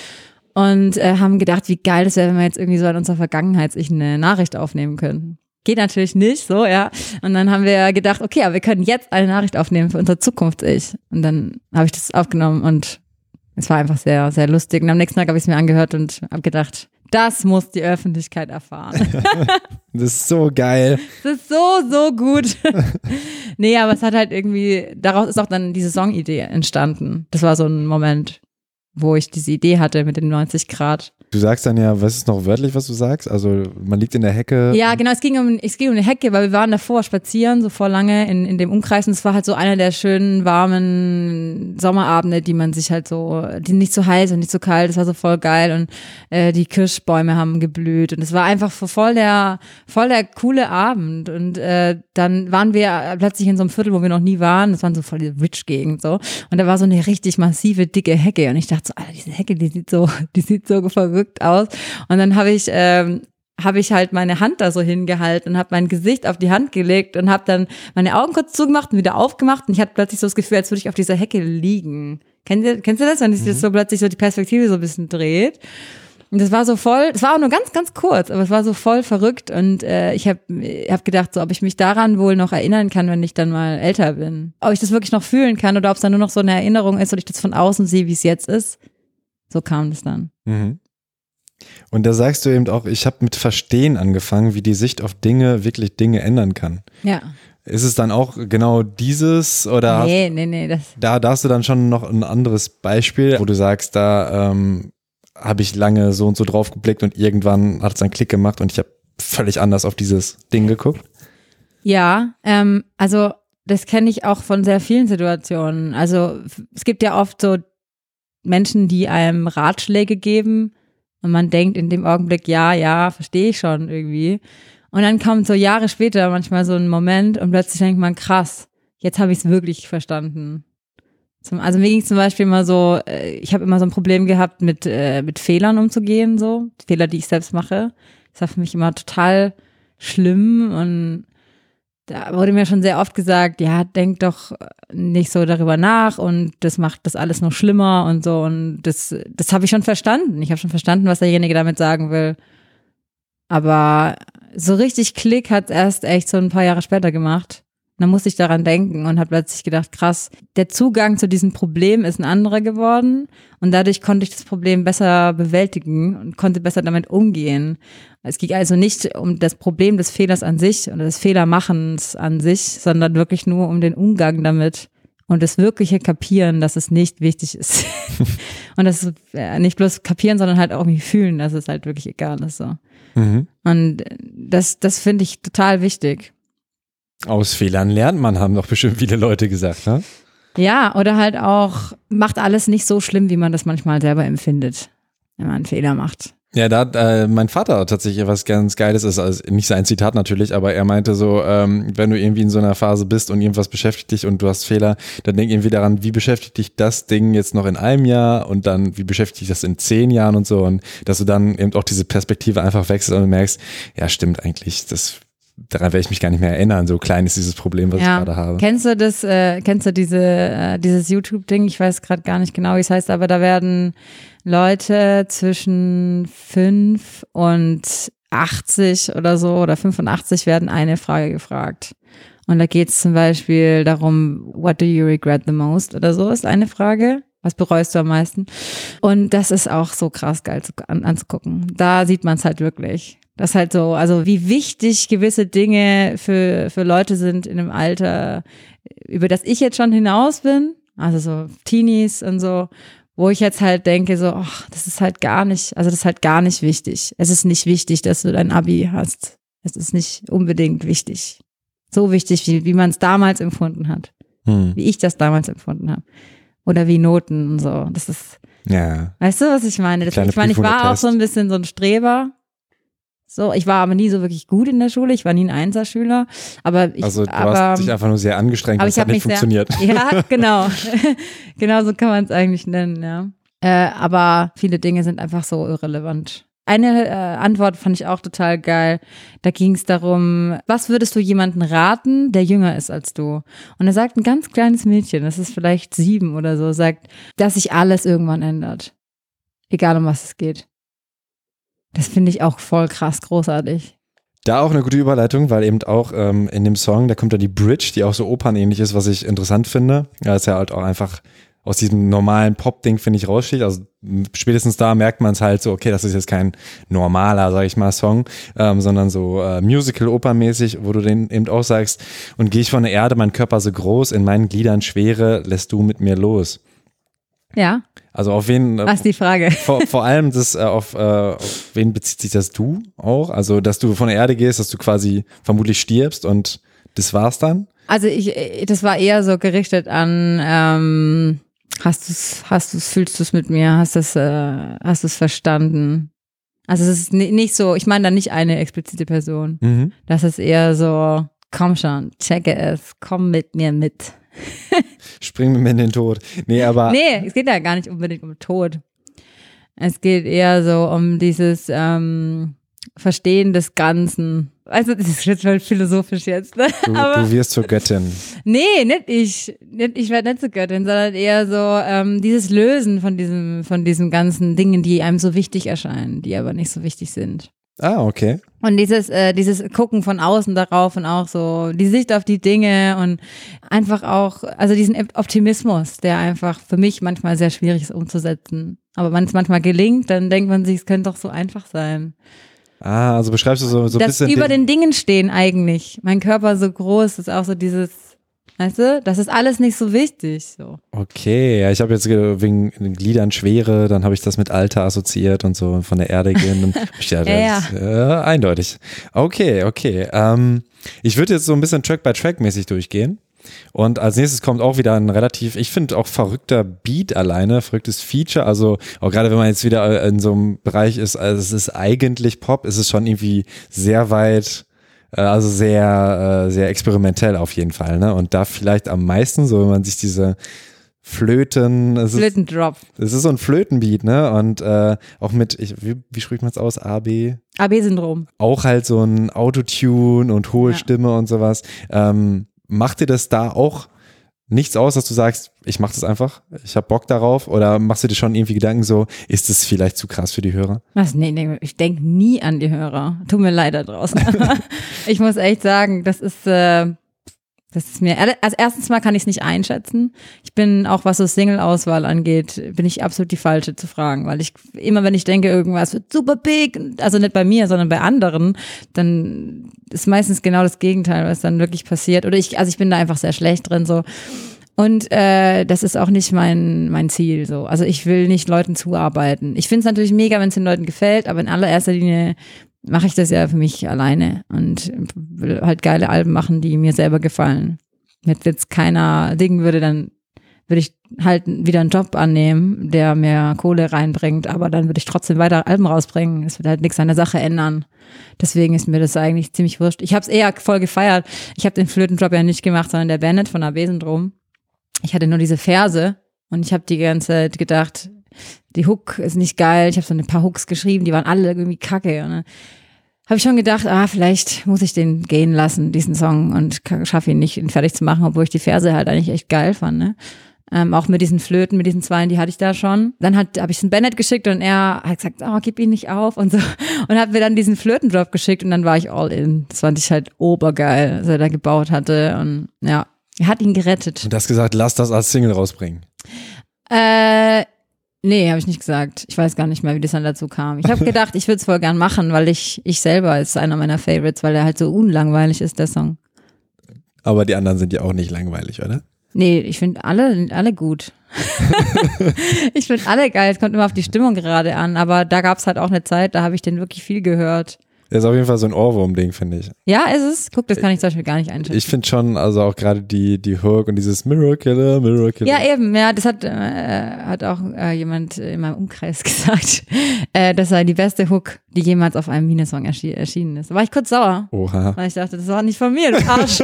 Und äh, haben gedacht, wie geil das wäre, wenn wir jetzt irgendwie so an unserer Vergangenheits-Ich eine Nachricht aufnehmen könnten. Geht natürlich nicht, so, ja. Und dann haben wir gedacht, okay, aber wir können jetzt eine Nachricht aufnehmen für unser Zukunfts-Ich. Und dann habe ich das aufgenommen und es war einfach sehr, sehr lustig. Und am nächsten Tag habe ich es mir angehört und habe gedacht, das muss die Öffentlichkeit erfahren. Das ist so geil. Das ist so, so gut. Nee, aber es hat halt irgendwie, daraus ist auch dann diese Songidee entstanden. Das war so ein Moment, wo ich diese Idee hatte mit den neunzig Grad. Du sagst dann ja, was ist noch wörtlich, was du sagst? Also man liegt in der Hecke. Ja, genau, es ging um, es ging um eine Hecke, weil wir waren davor spazieren, so vor lange in, in dem Umkreis und es war halt so einer der schönen, warmen Sommerabende, die man sich halt so, die nicht so heiß und nicht so kalt, es war so voll geil und äh, die Kirschbäume haben geblüht und es war einfach voll der, voll der coole Abend und äh, dann waren wir plötzlich in so einem Viertel, wo wir noch nie waren, das waren so voll die Rich-Gegend so und da war so eine richtig massive, dicke Hecke und ich dachte so, Alter, diese Hecke, die sieht so, die sieht so verrückt aus und dann habe ich ähm, habe ich halt meine Hand da so hingehalten und habe mein Gesicht auf die Hand gelegt und habe dann meine Augen kurz zugemacht und wieder aufgemacht und ich hatte plötzlich so das Gefühl, als würde ich auf dieser Hecke liegen. Kennst du, kennst du das, wenn sich mhm. das so plötzlich so die Perspektive so ein bisschen dreht? Und das war so voll, das war auch nur ganz, ganz kurz, aber es war so voll verrückt und äh, ich habe hab gedacht, so ob ich mich daran wohl noch erinnern kann, wenn ich dann mal älter bin. Ob ich das wirklich noch fühlen kann oder ob es dann nur noch so eine Erinnerung ist oder ich das von außen sehe, wie es jetzt ist. So kam das dann. Mhm. Und da sagst du eben auch, ich habe mit Verstehen angefangen, wie die Sicht auf Dinge wirklich Dinge ändern kann. Ja. Ist es dann auch genau dieses oder nee, nee, nee, das da, da hast du dann schon noch ein anderes Beispiel, wo du sagst, da ähm, habe ich lange so und so drauf geblickt und irgendwann hat es einen Klick gemacht und ich habe völlig anders auf dieses Ding geguckt? Ja, ähm, also das kenne ich auch von sehr vielen Situationen. Also es gibt ja oft so Menschen, die einem Ratschläge geben und man denkt in dem Augenblick, ja, ja, verstehe ich schon irgendwie. Und dann kommt so Jahre später manchmal so ein Moment und plötzlich denkt man, krass, jetzt habe ich es wirklich verstanden. Zum, also mir ging es zum Beispiel immer so, ich habe immer so ein Problem gehabt, mit, äh, mit Fehlern umzugehen, so Fehler, die ich selbst mache. Das war für mich immer total schlimm und da wurde mir schon sehr oft gesagt, ja, denk doch nicht so darüber nach und das macht das alles noch schlimmer und so und das, das habe ich schon verstanden. Ich habe schon verstanden, was derjenige damit sagen will. Aber so richtig Klick hat es erst echt so ein paar Jahre später gemacht. Und dann musste ich daran denken und habe plötzlich gedacht, krass, der Zugang zu diesem Problem ist ein anderer geworden und dadurch konnte ich das Problem besser bewältigen und konnte besser damit umgehen. Es ging also nicht um das Problem des Fehlers an sich oder des Fehlermachens an sich, sondern wirklich nur um den Umgang damit und das wirkliche Kapieren, dass es nicht wichtig ist. Und das ist äh, nicht bloß kapieren, sondern halt auch irgendwie fühlen, dass es halt wirklich egal ist. So. Mhm. Und das, das finde ich total wichtig. Aus Fehlern lernt man, haben doch bestimmt viele Leute gesagt, ne? Ja, oder halt auch, macht alles nicht so schlimm, wie man das manchmal selber empfindet, wenn man einen Fehler macht. Ja, da hat äh, mein Vater tatsächlich was ganz Geiles ist, also nicht sein Zitat natürlich, aber er meinte so, ähm, wenn du irgendwie in so einer Phase bist und irgendwas beschäftigt dich und du hast Fehler, dann denk irgendwie daran, wie beschäftigt dich das Ding jetzt noch in einem Jahr und dann, wie beschäftigt dich das in zehn Jahren und so, und dass du dann eben auch diese Perspektive einfach wechselst und merkst, ja stimmt eigentlich, das daran werde ich mich gar nicht mehr erinnern, so klein ist dieses Problem, was Ja. ich gerade habe. Kennst du das, äh, kennst du diese, äh, dieses YouTube-Ding? Ich weiß gerade gar nicht genau, wie es heißt, aber da werden Leute zwischen fünf und achtzig oder so oder fünfundachtzig werden eine Frage gefragt. Und da geht es zum Beispiel darum, what do you regret the most oder so ist eine Frage. Was bereust du am meisten? Und das ist auch so krass geil zu, an, anzugucken. Da sieht man es halt wirklich. Das ist halt so, also wie wichtig gewisse Dinge für, für Leute sind in einem Alter, über das ich jetzt schon hinaus bin, also so Teenies und so, wo ich jetzt halt denke so, ach, das ist halt gar nicht, also das ist halt gar nicht wichtig. Es ist nicht wichtig, dass du dein Abi hast. Es ist nicht unbedingt wichtig. So wichtig, wie, wie man es damals empfunden hat. Hm. Wie ich das damals empfunden habe. Oder wie Noten und so. Das ist, Ja. weißt du, was ich meine? Das, Kleine ich meine, ich Prüfung, war der auch so ein bisschen so ein Streber. So, ich war aber nie so wirklich gut in der Schule. Ich war nie ein Einserschüler. Aber ich, Also du aber, hast dich einfach nur sehr angestrengt, aber das ich hat habe nicht mich funktioniert. Sehr, ja, genau. Genau so kann man es eigentlich nennen, ja. Äh, aber viele Dinge sind einfach so irrelevant. Eine äh, Antwort fand ich auch total geil. Da ging es darum, was würdest du jemanden raten, der jünger ist als du? Und da sagt ein ganz kleines Mädchen, das ist vielleicht sieben oder so, sagt, dass sich alles irgendwann ändert. Egal, um was es geht. Das finde ich auch voll krass großartig. Da auch eine gute Überleitung, weil eben auch ähm, in dem Song, da kommt dann die Bridge, die auch so opernähnlich ist, was ich interessant finde. Ja, ist ja halt auch einfach aus diesem normalen Pop-Ding, finde ich, raussteht. Also spätestens da merkt man es halt so, okay, das ist jetzt kein normaler, sag ich mal, Song, ähm, sondern so äh, Musical-Opermäßig, wo du den eben auch sagst, und gehe ich von der Erde, mein Körper so groß, in meinen Gliedern schwere, lässt du mit mir los. Ja. Also auf wen, Was ist die Frage? vor, vor allem das, äh, auf, äh, auf wen bezieht sich das du auch? Also, dass du von der Erde gehst, dass du quasi vermutlich stirbst und das war's dann? Also ich, das war eher so gerichtet an, ähm, hast du's, hast du's, fühlst du's mit mir, hast du's, äh, hast du's verstanden? Also es ist nicht so, ich meine da nicht eine explizite Person. Mhm. Das ist eher so, komm schon, checke es, komm mit mir mit. Spring mit mir in den Tod. Nee, aber. Nee, es geht ja gar nicht unbedingt um Tod. Es geht eher so um dieses ähm, Verstehen des Ganzen. Also das ist jetzt mal philosophisch jetzt. Ne? Du, Aber, du wirst zur Göttin. nee, nicht ich. Nicht, ich werde nicht zur Göttin, sondern eher so ähm, dieses Lösen von diesem, von diesen ganzen Dingen, die einem so wichtig erscheinen, die aber nicht so wichtig sind. Ah, okay. Und dieses, äh, dieses Gucken von außen darauf und auch so die Sicht auf die Dinge und einfach auch, also diesen Optimismus, der einfach für mich manchmal sehr schwierig ist umzusetzen. Aber wenn es manchmal gelingt, dann denkt man sich, es könnte doch so einfach sein. Ah, also beschreibst du so, so ein Das bisschen. über den, den Dingen stehen eigentlich. Mein Körper so groß, ist auch so dieses, weißt du, das ist alles nicht so wichtig. So. Okay, ja, ich habe jetzt ge- wegen den Gliedern Schwere, dann habe ich das mit Alter assoziiert und so von der Erde gehen. Dann hab ich gedacht, Ja, das ist, äh, eindeutig. Okay, okay. Ähm, ich würde jetzt so ein bisschen Track-by-Track-mäßig durchgehen. Und als nächstes kommt auch wieder ein relativ, ich finde auch verrückter Beat alleine, verrücktes Feature. Also auch gerade wenn man jetzt wieder in so einem Bereich ist, also es ist eigentlich Pop, es ist schon irgendwie sehr weit, äh, also sehr, äh, sehr experimentell auf jeden Fall. Ne? Und da vielleicht am meisten, so wenn man sich diese Flöten, es ist, Flötendrop. es ist so ein Flötenbeat, ne? Und äh, auch mit, ich, wie, wie spricht man es aus? A, B? A B-Syndrom. Auch halt so ein Autotune und hohe Ja. Stimme und sowas. Ähm, macht dir das da auch nichts aus, dass du sagst, ich mach das einfach, ich hab Bock darauf? Oder machst du dir schon irgendwie Gedanken so, ist das vielleicht zu krass für die Hörer? Was? Nee, nee, ich denke nie an die Hörer. Tut mir leid da draußen. Ich muss echt sagen, das ist, äh, das ist mir, also erstens mal kann ich es nicht einschätzen. Ich bin auch, was so Single-Auswahl angeht, bin ich absolut die Falsche zu fragen, weil ich immer, wenn ich denke, irgendwas wird super big, also nicht bei mir, sondern bei anderen, dann ist meistens genau das Gegenteil, was dann wirklich passiert. Oder ich, also ich bin da einfach sehr schlecht drin, so. Und äh, das ist auch nicht mein mein Ziel. So, also ich will nicht Leuten zuarbeiten. Ich finde es natürlich mega, wenn es den Leuten gefällt, aber in allererster Linie mache ich das ja für mich alleine und will halt geile Alben machen, die mir selber gefallen. Wenn jetzt keiner dingen würde, dann würde ich halt wieder einen Job annehmen, der mir Kohle reinbringt, aber dann würde ich trotzdem weiter Alben rausbringen. Es wird halt nichts an der Sache ändern. Deswegen ist mir das eigentlich ziemlich wurscht. Ich habe es eher voll gefeiert. Ich habe den Flötenjob ja nicht gemacht, sondern der Bennett von Abesendrum. Ich hatte nur diese Verse und ich habe die ganze Zeit gedacht, die Hook ist nicht geil. Ich habe so ein paar Hooks geschrieben, die waren alle irgendwie kacke. Und dann habe ich schon gedacht, ah, vielleicht muss ich den gehen lassen, diesen Song, und schaffe ihn nicht, ihn fertig zu machen, obwohl ich die Verse halt eigentlich echt geil fand, ne? Ähm, auch mit diesen Flöten, mit diesen Zweien, die hatte ich da schon. Dann hat habe ich den Bennett geschickt und er hat gesagt, oh, gib ihn nicht auf und so. Und hat mir dann diesen Flötendrop geschickt und dann war ich all in. Das fand ich halt obergeil, was er da gebaut hatte. Und ja, er hat ihn gerettet. Und hast gesagt, lass das als Single rausbringen. Äh, nee, habe ich nicht gesagt. Ich weiß gar nicht mehr, wie das dann dazu kam. Ich habe gedacht, ich würde es voll gern machen, weil ich ich selber ist einer meiner Favorites, weil er halt so unlangweilig ist, der Song. Aber die anderen sind ja auch nicht langweilig, oder? Nee, ich finde alle, alle gut. Ich finde alle geil. Es kommt immer auf die Stimmung gerade an. Aber da gab es halt auch eine Zeit, da habe ich den wirklich viel gehört. Das ist auf jeden Fall so ein Ohrwurm-Ding, finde ich. Ja, ist es? Guck, das kann ich zum Beispiel gar nicht einschätzen. Ich finde schon, also auch gerade die, die Hook und dieses Miracle, Miracle. Ja, eben. Ja, das hat, äh, hat auch äh, jemand in meinem Umkreis gesagt. Äh, das sei die beste Hook, die jemals auf einem Mine-Song erschi- erschienen ist. Da war ich kurz sauer. Oha. Weil ich dachte, das war nicht von mir, du Arsch.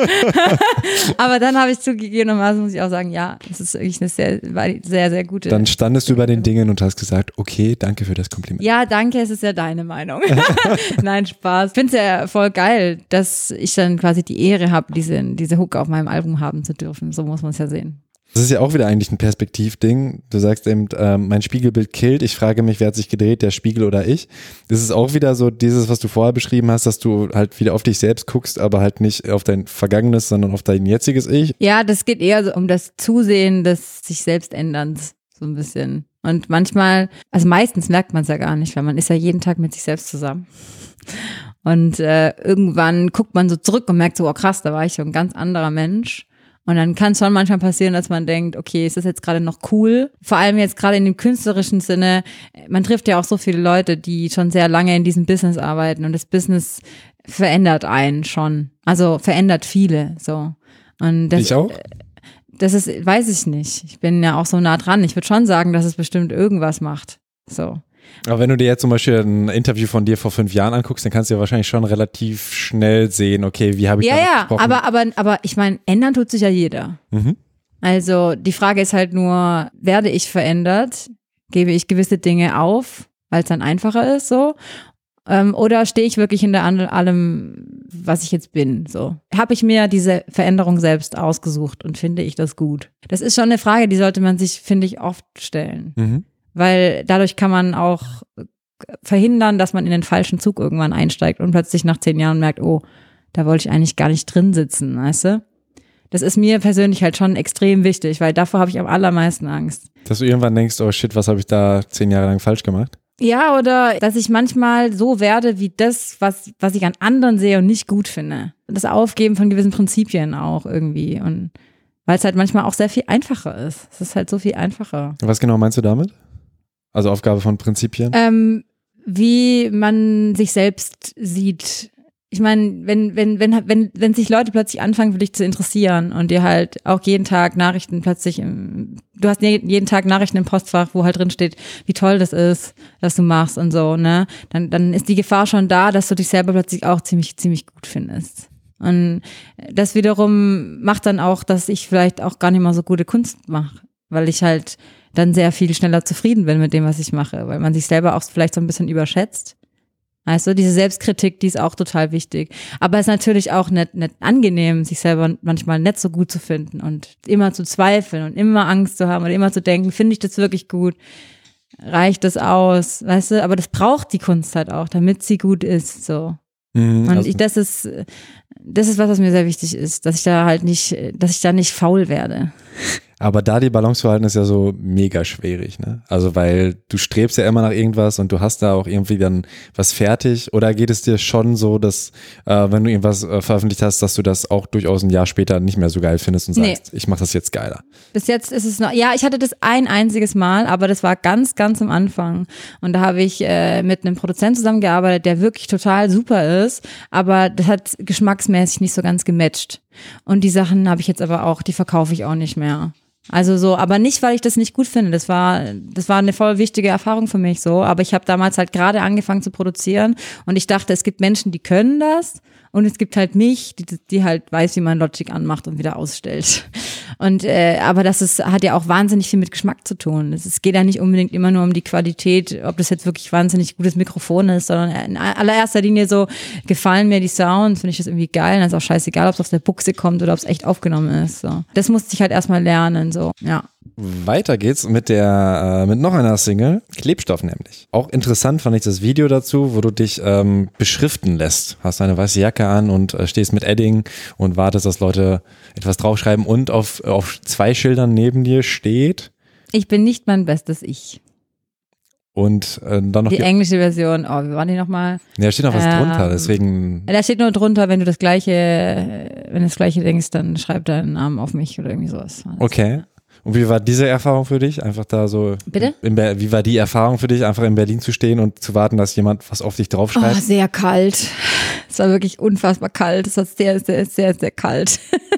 Aber dann habe ich zugegebenermaßen, muss ich auch sagen, ja, das ist wirklich eine sehr, sehr, sehr gute. Dann standest du über den Dingen und hast gesagt, okay, danke für das Kompliment. Ja, danke, es ist ja deine Meinung. Nein, Spaß. Ich finde es ja voll geil, dass ich dann quasi die Ehre habe, diese, diese Hook auf meinem Album haben zu dürfen. So muss man es ja sehen. Das ist ja auch wieder eigentlich ein Perspektivding. Du sagst eben, ähm, mein Spiegelbild killt. Ich frage mich, wer hat sich gedreht, der Spiegel oder ich? Das ist auch wieder so dieses, was du vorher beschrieben hast, dass du halt wieder auf dich selbst guckst, aber halt nicht auf dein Vergangenes, sondern auf dein jetziges Ich. Ja, das geht eher so um das Zusehen des sich selbst änderns, so ein bisschen. Und manchmal, also meistens merkt man es ja gar nicht, weil man ist ja jeden Tag mit sich selbst zusammen. Und äh, irgendwann guckt man so zurück und merkt so, oh krass, da war ich so ein ganz anderer Mensch. Und dann kann es schon manchmal passieren, dass man denkt, okay, ist das jetzt gerade noch cool? Vor allem jetzt gerade in dem künstlerischen Sinne, man trifft ja auch so viele Leute, die schon sehr lange in diesem Business arbeiten und das Business verändert einen schon. Also verändert viele, so. Und das, ich auch? Das ist, weiß ich nicht. Ich bin ja auch so nah dran. Ich würde schon sagen, dass es bestimmt irgendwas macht, so. Aber wenn du dir jetzt zum Beispiel ein Interview von dir vor fünf Jahren anguckst, dann kannst du ja wahrscheinlich schon relativ schnell sehen, okay, wie habe ich ja, da ja, gesprochen? aber, aber, aber ich meine, ändern tut sich ja jeder. Mhm. Also die Frage ist halt nur, werde ich verändert? Gebe ich gewisse Dinge auf, weil es dann einfacher ist, so? Ähm, oder stehe ich wirklich hinter allem, was ich jetzt bin, so? Habe ich mir diese Veränderung selbst ausgesucht und finde ich das gut? Das ist schon eine Frage, die sollte man sich, finde ich, oft stellen. Mhm. Weil dadurch kann man auch verhindern, dass man in den falschen Zug irgendwann einsteigt und plötzlich nach zehn Jahren merkt, oh, da wollte ich eigentlich gar nicht drin sitzen, weißt du? Das ist mir persönlich halt schon extrem wichtig, weil davor habe ich am allermeisten Angst. Dass du irgendwann denkst, oh shit, was habe ich da zehn Jahre lang falsch gemacht? Ja, oder dass ich manchmal so werde wie das, was, was ich an anderen sehe und nicht gut finde. Das Aufgeben von gewissen Prinzipien auch irgendwie und weil es halt manchmal auch sehr viel einfacher ist. Es ist halt so viel einfacher. Was genau meinst du damit? Also Aufgabe von Prinzipien? Ähm, wie man sich selbst sieht. Ich meine, wenn, wenn, wenn, wenn, wenn sich Leute plötzlich anfangen, für dich zu interessieren und dir halt auch jeden Tag Nachrichten plötzlich, im, du hast jeden Tag Nachrichten im Postfach, wo halt drin steht, wie toll das ist, was du machst und so, ne? Dann, dann ist die Gefahr schon da, dass du dich selber plötzlich auch ziemlich, ziemlich gut findest. Und das wiederum macht dann auch, dass ich vielleicht auch gar nicht mal so gute Kunst mache, weil ich halt dann sehr viel schneller zufrieden bin mit dem, was ich mache, weil man sich selber auch vielleicht so ein bisschen überschätzt. Weißt du, diese Selbstkritik, die ist auch total wichtig. Aber es ist natürlich auch nicht, nicht angenehm, sich selber manchmal nicht so gut zu finden und immer zu zweifeln und immer Angst zu haben oder immer zu denken, finde ich das wirklich gut? Reicht das aus? Weißt du, aber das braucht die Kunst halt auch, damit sie gut ist, so. Mhm, und also ich, das ist, das ist was, was mir sehr wichtig ist, dass ich da halt nicht, dass ich da nicht faul werde. Aber da die Balance zu halten, ist ja so mega schwierig, ne? Also weil du strebst ja immer nach irgendwas und du hast da auch irgendwie dann was fertig. Oder geht es dir schon so, dass äh, wenn du irgendwas äh, veröffentlicht hast, dass du das auch durchaus ein Jahr später nicht mehr so geil findest und sagst, nee, ich mache das jetzt geiler? Bis jetzt ist es noch, ja, ich hatte das ein einziges Mal, aber das war ganz, ganz am Anfang. Und da habe ich äh, mit einem Produzenten zusammengearbeitet, der wirklich total super ist, aber das hat geschmacksmäßig nicht so ganz gematcht. Und die Sachen habe ich jetzt aber auch, die verkaufe ich auch nicht mehr. Also so, aber nicht, weil ich das nicht gut finde. Das war, das war eine voll wichtige Erfahrung für mich so. Aber ich habe damals halt gerade angefangen zu produzieren und ich dachte, es gibt Menschen, die können das und es gibt halt mich, die, die halt weiß, wie man Logic anmacht und wieder ausstellt. Und äh, aber das ist, hat ja auch wahnsinnig viel mit Geschmack zu tun. Es, es geht ja nicht unbedingt immer nur um die Qualität, ob das jetzt wirklich wahnsinnig gutes Mikrofon ist, sondern in allererster Linie so, gefallen mir die Sounds, finde ich das irgendwie geil. Und dann ist auch scheißegal, ob es aus der Buchse kommt oder ob es echt aufgenommen ist. So. Das musste ich halt erstmal lernen. So, ja. Weiter geht's mit der, äh, mit noch einer Single, Klebstoff nämlich. Auch interessant fand ich das Video dazu, wo du dich ähm, beschriften lässt. Hast eine weiße Jacke an und äh, stehst mit Edding und wartest, dass Leute etwas draufschreiben und auf, auf zwei Schildern neben dir steht. Ich bin nicht mein bestes Ich. Und äh, dann noch die, die englische Version, oh, wie war die nochmal? Ja, da steht noch was ähm, drunter, deswegen. Da steht nur drunter, wenn du das gleiche, wenn du das gleiche denkst, dann schreib deinen Namen auf mich oder irgendwie sowas. Okay. Und wie war diese Erfahrung für dich? Einfach da so. Bitte? In Be- wie war die Erfahrung für dich, einfach in Berlin zu stehen und zu warten, dass jemand was auf dich draufschreibt? Oh, sehr kalt. Es war wirklich unfassbar kalt. Es war sehr, sehr, sehr, sehr kalt.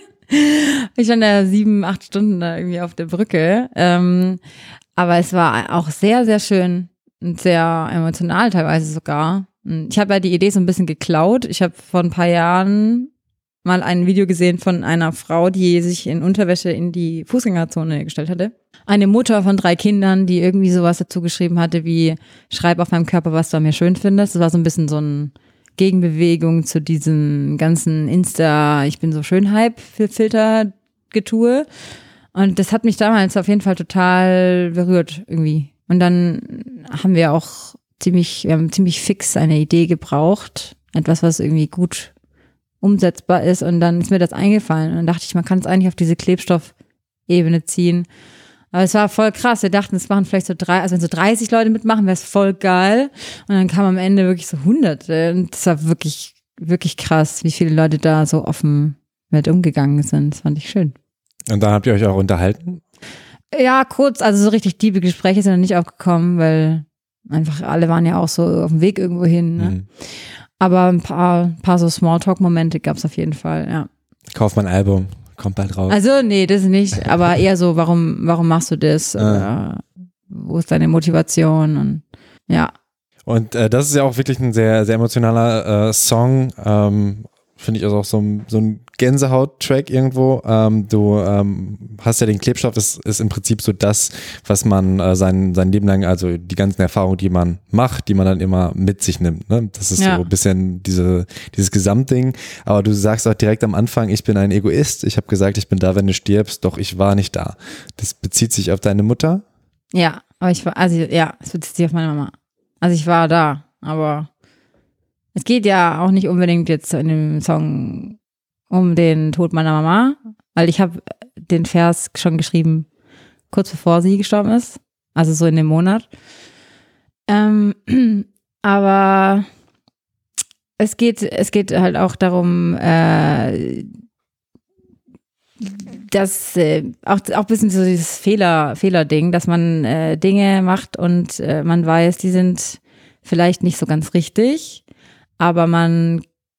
Ich stand da sieben, acht Stunden da irgendwie auf der Brücke. Ähm, aber es war auch sehr, sehr schön und sehr emotional teilweise sogar. Ich habe ja die Idee so ein bisschen geklaut. Ich habe vor ein paar Jahren mal ein Video gesehen von einer Frau, die sich in Unterwäsche in die Fußgängerzone gestellt hatte. Eine Mutter von drei Kindern, die irgendwie sowas dazu geschrieben hatte wie, schreib auf meinem Körper, was du an mir schön findest. Das war so ein bisschen so eine Gegenbewegung zu diesem ganzen Insta, ich bin so schön Hype für Filtergetue. Und das hat mich damals auf jeden Fall total berührt irgendwie. Und dann haben wir auch ziemlich, wir haben ziemlich fix eine Idee gebraucht. Etwas, was irgendwie gut umsetzbar ist, und dann ist mir das eingefallen und dann dachte ich, man kann es eigentlich auf diese Klebstoff-Ebene ziehen. Aber es war voll krass. Wir dachten, es machen vielleicht so drei, also wenn so dreißig Leute mitmachen, wäre es voll geil. Und dann kamen am Ende wirklich so Hunderte. Und das war wirklich, wirklich krass, wie viele Leute da so offen mit umgegangen sind. Das fand ich schön. Und dann habt ihr euch auch unterhalten? Ja, kurz, also so richtig tiefe Gespräche sind dann nicht aufgekommen, weil einfach alle waren ja auch so auf dem Weg irgendwo hin. Ne? Mhm. Aber ein paar, paar so Smalltalk-Momente gab es auf jeden Fall, ja. Kauf mein Album, kommt bald raus. Also nee, das nicht, aber eher so, warum, warum machst du das? Oder wo ist deine Motivation? Und ja. Und äh, das ist ja auch wirklich ein sehr, sehr emotionaler äh, Song. Ähm, finde ich also auch so ein, so ein Gänsehaut-Track irgendwo. Ähm, du ähm, hast ja den Klebstoff, das ist im Prinzip so das, was man äh, sein, sein Leben lang, also die ganzen Erfahrungen, die man macht, die man dann immer mit sich nimmt. Ne? Das ist ja so ein bisschen diese, dieses Gesamtding. Aber du sagst auch direkt am Anfang, ich bin ein Egoist. Ich habe gesagt, ich bin da, wenn du stirbst, doch ich war nicht da. Das bezieht sich auf deine Mutter? Ja, aber ich war, also ja, es bezieht sich auf meine Mama. Also ich war da, aber es geht ja auch nicht unbedingt jetzt in dem Song um den Tod meiner Mama, weil ich habe den Vers schon geschrieben, kurz bevor sie gestorben ist, also so in dem Monat. Ähm, aber es geht, es geht halt auch darum, äh, dass äh, auch, auch ein bisschen so dieses Fehler, Fehler-Ding, dass man äh, Dinge macht und äh, man weiß, die sind vielleicht nicht so ganz richtig, aber man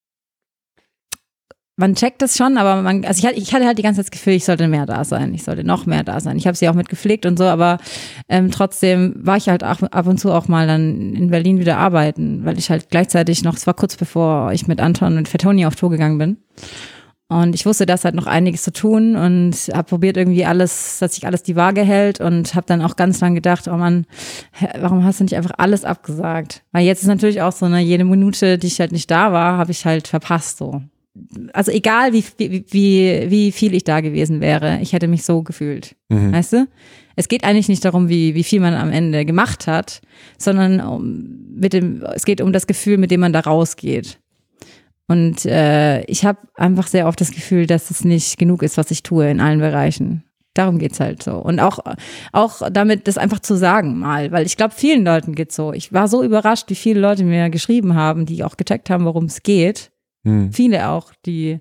man checkt das schon, aber man, also ich hatte, ich hatte halt die ganze Zeit das Gefühl, ich sollte mehr da sein, ich sollte noch mehr da sein. Ich habe sie auch mit gepflegt und so, aber ähm, trotzdem war ich halt auch ab und zu auch mal dann in Berlin wieder arbeiten, weil ich halt gleichzeitig noch, es war kurz bevor ich mit Anton und Fettoni auf Tour gegangen bin. Und ich wusste, dass halt noch einiges zu tun und habe probiert irgendwie alles, dass sich alles die Waage hält und habe dann auch ganz lang gedacht, oh Mann, warum hast du nicht einfach alles abgesagt? Weil jetzt ist natürlich auch so, ne, jede Minute, die ich halt nicht da war, habe ich halt verpasst so. Also egal, wie, wie, wie, wie viel ich da gewesen wäre, ich hätte mich so gefühlt, mhm. Weißt du? Es geht eigentlich nicht darum, wie, wie viel man am Ende gemacht hat, sondern um, mit dem, es geht um das Gefühl, mit dem man da rausgeht. Und äh, ich habe einfach sehr oft das Gefühl, dass es nicht genug ist, was ich tue in allen Bereichen. Darum geht's halt so. Und auch, auch damit, das einfach zu sagen mal, weil ich glaube, vielen Leuten geht's so. Ich war so überrascht, wie viele Leute mir geschrieben haben, die auch gecheckt haben, worum es geht. Hm. Viele auch, die,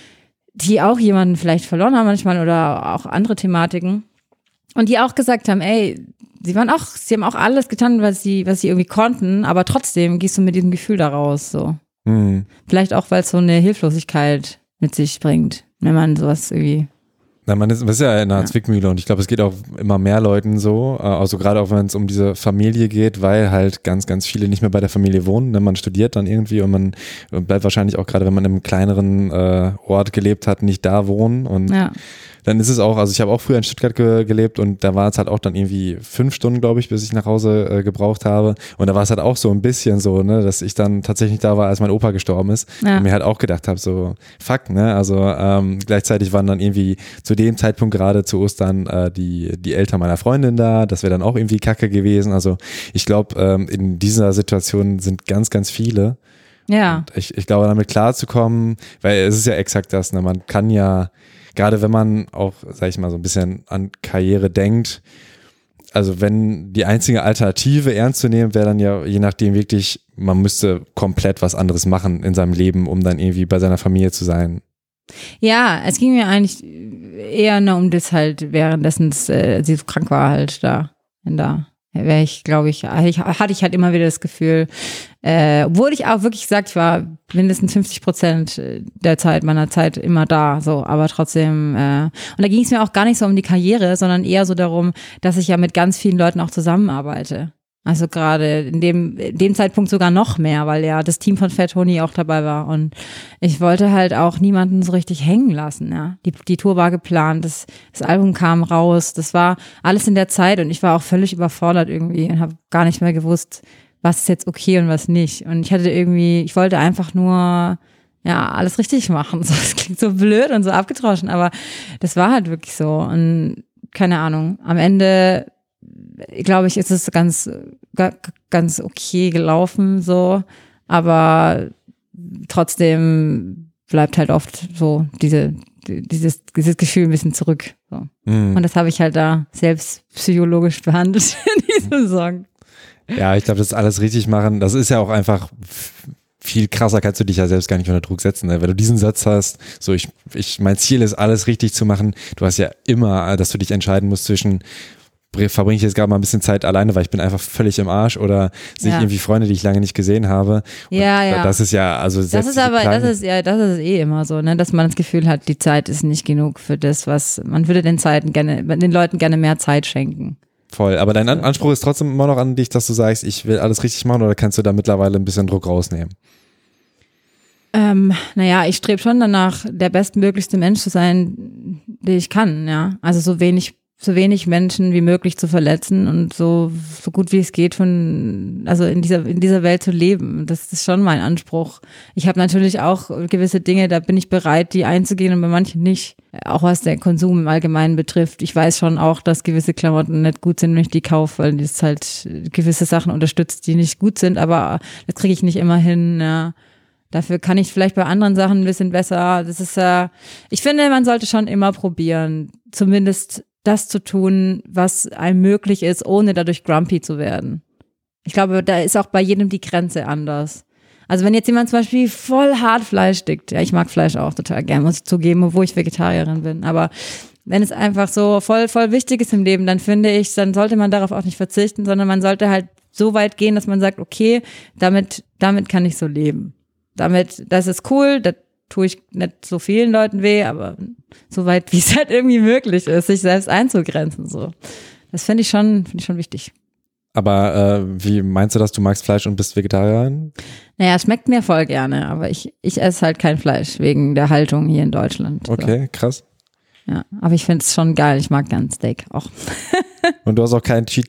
die auch jemanden vielleicht verloren haben manchmal oder auch andere Thematiken. Und die auch gesagt haben, ey, sie waren auch, sie haben auch alles getan, was sie, was sie irgendwie konnten, aber trotzdem gehst du mit diesem Gefühl da raus, so. Hm. Vielleicht auch, weil es so eine Hilflosigkeit mit sich bringt, wenn man sowas irgendwie. Na, man ist, man ist ja in einer ja. Zwickmühle und ich glaube, es geht auch immer mehr Leuten so, also gerade auch wenn es um diese Familie geht, weil halt ganz, ganz viele nicht mehr bei der Familie wohnen, ne? Man studiert dann irgendwie und man bleibt wahrscheinlich auch gerade, wenn man in einem kleineren äh, Ort gelebt hat, nicht da wohnen und ja. Dann ist es auch, also ich habe auch früher in Stuttgart ge- gelebt und da war es halt auch dann irgendwie fünf Stunden, glaube ich, bis ich nach Hause äh, gebraucht habe. Und da war es halt auch so ein bisschen so, ne, dass ich dann tatsächlich da war, als mein Opa gestorben ist ja. und mir halt auch gedacht habe, so fuck, ne, also ähm, gleichzeitig waren dann irgendwie zu dem Zeitpunkt gerade zu Ostern äh, die die Eltern meiner Freundin da, das wäre dann auch irgendwie kacke gewesen. Also ich glaube, ähm, in dieser Situation sind ganz, ganz viele. Ja. Und ich, ich glaube, damit klarzukommen, weil es ist ja exakt das, ne, man kann ja gerade wenn man auch, sag ich mal, so ein bisschen an Karriere denkt, also wenn die einzige Alternative ernst zu nehmen, wäre dann ja je nachdem wirklich, man müsste komplett was anderes machen in seinem Leben, um dann irgendwie bei seiner Familie zu sein. Ja, es ging mir eigentlich eher nur um das halt, währenddessen äh, sie so krank war halt da, in da. Wäre ich, glaube ich, ich, hatte ich halt immer wieder das Gefühl, äh, obwohl ich auch wirklich gesagt, ich war mindestens fünfzig Prozent der Zeit, meiner Zeit immer da, so, aber trotzdem, äh, und da ging es mir auch gar nicht so um die Karriere, sondern eher so darum, dass ich ja mit ganz vielen Leuten auch zusammenarbeite. Also gerade in dem, in dem Zeitpunkt sogar noch mehr, weil ja das Team von Fat Tony auch dabei war und ich wollte halt auch niemanden so richtig hängen lassen, ja. Die, die Tour war geplant, das, das Album kam raus, das war alles in der Zeit und ich war auch völlig überfordert irgendwie und habe gar nicht mehr gewusst, was ist jetzt okay und was nicht. Und ich hatte irgendwie, ich wollte einfach nur, ja, alles richtig machen. So, das klingt so blöd und so abgetroschen, aber das war halt wirklich so und keine Ahnung, am Ende glaube ich, ist es ganz, ganz okay gelaufen, so, aber trotzdem bleibt halt oft so diese, dieses, dieses Gefühl ein bisschen zurück. So. Mhm. Und das habe ich halt da selbst psychologisch behandelt in diesem Song. Ja, ich glaube, das alles richtig machen, das ist ja auch einfach viel krasser, kannst du dich ja selbst gar nicht unter Druck setzen. Ne? Wenn du diesen Satz hast, so ich, ich, mein Ziel ist, alles richtig zu machen, du hast ja immer, dass du dich entscheiden musst zwischen verbringe ich jetzt gerade mal ein bisschen Zeit alleine, weil ich bin einfach völlig im Arsch oder sehe ich ja. irgendwie Freunde, die ich lange nicht gesehen habe. Und ja, ja. Das ist ja, also das ist aber, das ist ja, das ist eh immer so, ne, dass man das Gefühl hat, die Zeit ist nicht genug für das, was man würde den Zeiten gerne, den Leuten gerne mehr Zeit schenken. Voll, aber dein Anspruch ist trotzdem immer noch an dich, dass du sagst, ich will alles richtig machen oder kannst du da mittlerweile ein bisschen Druck rausnehmen? Ähm, naja, ich strebe schon danach, der bestmöglichste Mensch zu sein, den ich kann, ja. Also so wenig so wenig Menschen wie möglich zu verletzen und so, so gut wie es geht von, also in dieser, in dieser Welt zu leben. Das ist schon mein Anspruch. Ich habe natürlich auch gewisse Dinge, da bin ich bereit, die einzugehen und bei manchen nicht. Auch was der Konsum im Allgemeinen betrifft. Ich weiß schon auch, dass gewisse Klamotten nicht gut sind, wenn ich die kaufe, weil das halt gewisse Sachen unterstützt, die nicht gut sind, aber das kriege ich nicht immer hin, ja. Dafür kann ich vielleicht bei anderen Sachen ein bisschen besser. Das ist ja, äh, ich finde, man sollte schon immer probieren, zumindest das zu tun, was einem möglich ist, ohne dadurch grumpy zu werden. Ich glaube, da ist auch bei jedem die Grenze anders. Also wenn jetzt jemand zum Beispiel voll hart Fleisch dickt, ja, ich mag Fleisch auch total gern, muss ich zugeben, obwohl ich Vegetarierin bin, aber wenn es einfach so voll, voll wichtig ist im Leben, dann finde ich, dann sollte man darauf auch nicht verzichten, sondern man sollte halt so weit gehen, dass man sagt, okay, damit, damit kann ich so leben. Damit, das ist cool, das tue ich nicht so vielen Leuten weh, aber so weit, wie es halt irgendwie möglich ist, sich selbst einzugrenzen, so. Das finde ich schon, finde ich schon wichtig. Aber äh, wie meinst du das? Du magst Fleisch und bist Vegetarierin? Naja, es schmeckt mir voll gerne, aber ich, ich esse halt kein Fleisch wegen der Haltung hier in Deutschland. So. Okay, krass. Ja, aber ich finde es schon geil. Ich mag gern Steak auch. Und du hast auch keinen Cheat Day?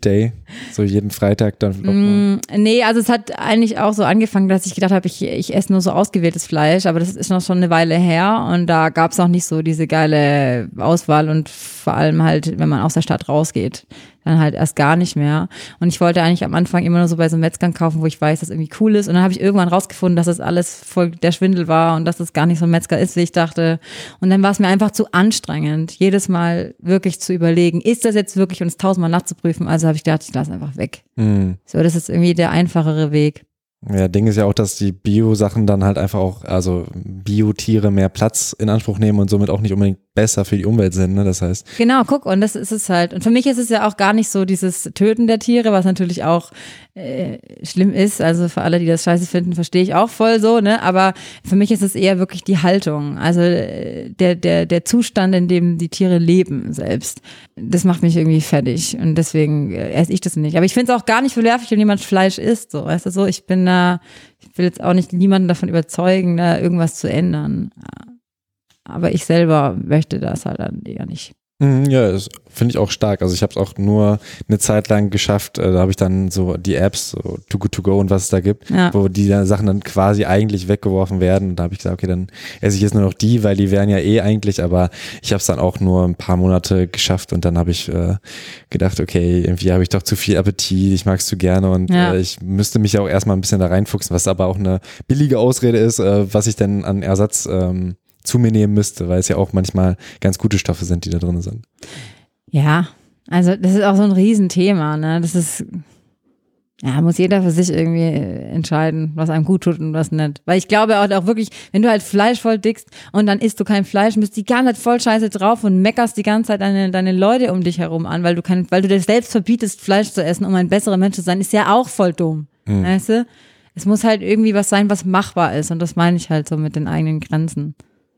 So jeden Freitag dann? Mm, nee, also es hat eigentlich auch so angefangen, dass ich gedacht habe, ich, ich esse nur so ausgewähltes Fleisch, aber das ist noch schon eine Weile her und da gab es auch nicht so diese geile Auswahl und vor allem halt, wenn man aus der Stadt rausgeht, dann halt erst gar nicht mehr. Und ich wollte eigentlich am Anfang immer nur so bei so Metzgern kaufen, wo ich weiß, dass irgendwie cool ist. Und dann habe ich irgendwann rausgefunden, dass das alles voll der Schwindel war und dass das gar nicht so ein Metzger ist, wie ich dachte. Und dann war es mir einfach zu anstrengend, jedes Mal wirklich zu überlegen, ist das jetzt wirklich und es tausendmal nachzuprüfen. Also habe ich gedacht, ich lasse einfach weg. Mhm. So, das ist irgendwie der einfachere Weg. Ja, Ding ist ja auch, dass die Bio-Sachen dann halt einfach auch, also Biotiere mehr Platz in Anspruch nehmen und somit auch nicht unbedingt besser für die Umwelt sind, ne? Das heißt. Genau, guck, und das ist es halt. Und für mich ist es ja auch gar nicht so dieses Töten der Tiere, was natürlich auch äh, schlimm ist. Also für alle, die das scheiße finden, verstehe ich auch voll so, ne? Aber für mich ist es eher wirklich die Haltung. Also äh, der, der, der Zustand, in dem die Tiere leben selbst. Das macht mich irgendwie fertig. Und deswegen äh, esse ich das nicht. Aber ich finde es auch gar nicht verwerflich, wenn jemand Fleisch isst. So, weißt du so, ich bin da, ich will jetzt auch nicht niemanden davon überzeugen, da irgendwas zu ändern. Aber ich selber möchte das halt dann eher nicht. Ja, das finde ich auch stark. Also ich habe es auch nur eine Zeit lang geschafft, da habe ich dann so die Apps, so Too Good To Go und was es da gibt, ja. wo die Sachen dann quasi eigentlich weggeworfen werden. Und da habe ich gesagt, okay, dann esse ich jetzt nur noch die, weil die wären ja eh eigentlich, aber ich habe es dann auch nur ein paar Monate geschafft und dann habe ich äh, gedacht, okay, irgendwie habe ich doch zu viel Appetit, ich mag es zu gerne und ja. äh, ich müsste mich ja auch erstmal ein bisschen da reinfuchsen, was aber auch eine billige Ausrede ist, äh, was ich denn an Ersatz ähm, zu mir nehmen müsste, weil es ja auch manchmal ganz gute Stoffe sind, die da drin sind. Ja, also das ist auch so ein Riesenthema, ne? Das ist, ja, muss jeder für sich irgendwie entscheiden, was einem gut tut und was nicht. Weil ich glaube auch, auch wirklich, wenn du halt Fleisch voll dickst und dann isst du kein Fleisch, bist die ganze Zeit voll scheiße drauf und meckerst die ganze Zeit deine, deine Leute um dich herum an, weil du kein, weil du dir selbst verbietest, Fleisch zu essen, um ein besserer Mensch zu sein, ist ja auch voll dumm. Mhm. Weißt du? Es muss halt irgendwie was sein, was machbar ist und das meine ich halt so mit den eigenen Grenzen.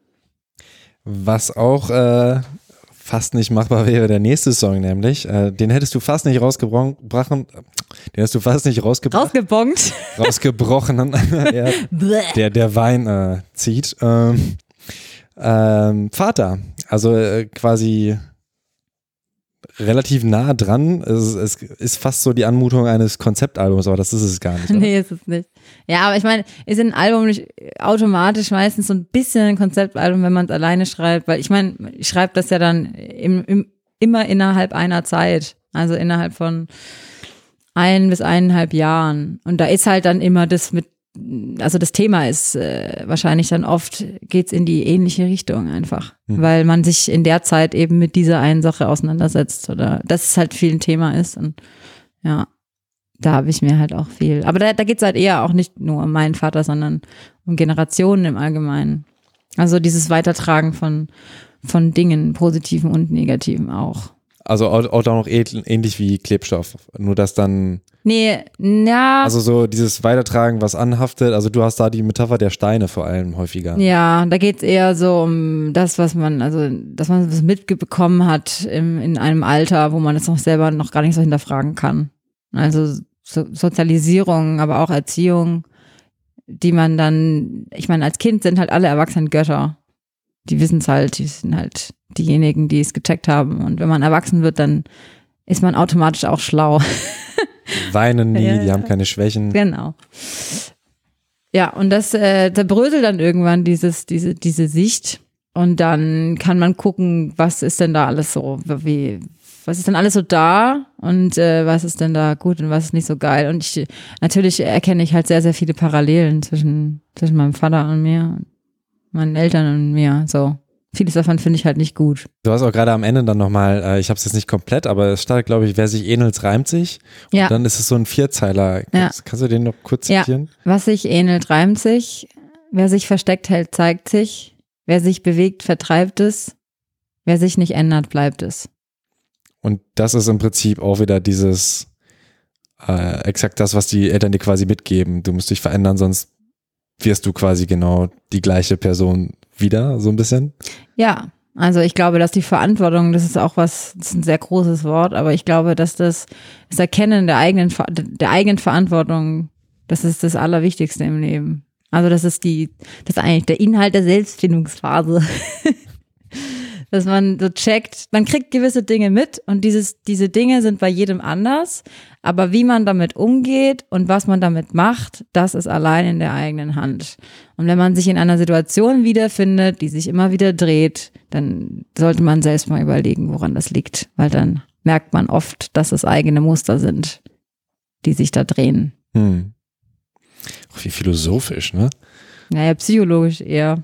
Was auch äh, fast nicht machbar wäre, der nächste Song nämlich. Äh, den hättest du fast nicht rausgebrochen. Den hast du fast nicht rausgebracht. Rausgebongt. Rausgebrochen. ja, der, der Wein äh, zieht. Ähm, ähm, Vater. Also äh, quasi relativ nah dran. Es, es ist fast so die Anmutung eines Konzeptalbums, aber das ist es gar nicht. Oder? Nee, ist es nicht. Ja, aber ich meine, ist ein Album nicht automatisch meistens so ein bisschen ein Konzeptalbum, wenn man es alleine schreibt, weil ich meine, ich schreibe das ja dann im, im, immer innerhalb einer Zeit, also innerhalb von ein bis eineinhalb Jahren. Und da ist halt dann immer das mit, also das Thema ist äh, wahrscheinlich dann oft, geht's in die ähnliche Richtung einfach, mhm. weil man sich in der Zeit eben mit dieser einen Sache auseinandersetzt oder dass es halt viel ein Thema ist und ja, da habe ich mir halt auch viel, aber da, da geht's halt eher auch nicht nur um meinen Vater, sondern um Generationen im Allgemeinen. Also dieses Weitertragen von, von Dingen, positiven und negativen auch. Also auch, auch noch ähnlich wie Klebstoff, nur dass dann Nee, ja. Also so dieses Weitertragen, was anhaftet, also du hast da die Metapher der Steine vor allem häufiger. Ja, da geht's eher so um das, was man, also dass man was mitbekommen hat im, in einem Alter, wo man das noch selber noch gar nicht so hinterfragen kann. Also so, Sozialisierung, aber auch Erziehung, die man dann, ich meine, als Kind sind halt alle Erwachsenen Götter. Die wissen es halt, die sind halt diejenigen, die es gecheckt haben. Und wenn man erwachsen wird, dann ist man automatisch auch schlau. Weinen nie, ja, die haben keine Schwächen. Genau. Ja, und das äh, zerbröselt dann irgendwann dieses, diese, diese Sicht. Und dann kann man gucken, was ist denn da alles so, wie, was ist denn alles so da und äh, was ist denn da gut und was ist nicht so geil. Und ich, natürlich erkenne ich halt sehr, sehr viele Parallelen zwischen, zwischen meinem Vater und mir, meinen Eltern und mir, so. Vieles davon finde ich halt nicht gut. Du hast auch gerade am Ende dann nochmal, äh, ich habe es jetzt nicht komplett, aber es startet, glaube ich, wer sich ähnelt, reimt sich. Und ja. dann ist es so ein Vierzeiler. Ja. Kannst du den noch kurz zitieren? Ja. Was sich ähnelt, reimt sich. Wer sich versteckt hält, zeigt sich. Wer sich bewegt, vertreibt es. Wer sich nicht ändert, bleibt es. Und das ist im Prinzip auch wieder dieses, äh, exakt das, was die Eltern dir quasi mitgeben. Du musst dich verändern, sonst wirst du quasi genau die gleiche Person wieder, so ein bisschen? Ja, also ich glaube, dass die Verantwortung, das ist auch was, das ist ein sehr großes Wort, aber ich glaube, dass das, das Erkennen der eigenen, der eigenen Verantwortung, das ist das Allerwichtigste im Leben. Also das ist die, das ist eigentlich der Inhalt der Selbstfindungsphase. dass man so checkt, man kriegt gewisse Dinge mit und dieses, diese Dinge sind bei jedem anders, aber wie man damit umgeht und was man damit macht, das ist allein in der eigenen Hand. Und wenn man sich in einer Situation wiederfindet, die sich immer wieder dreht, dann sollte man selbst mal überlegen, woran das liegt, weil dann merkt man oft, dass es eigene Muster sind, die sich da drehen. Hm. Wie philosophisch, ne? Naja, psychologisch eher.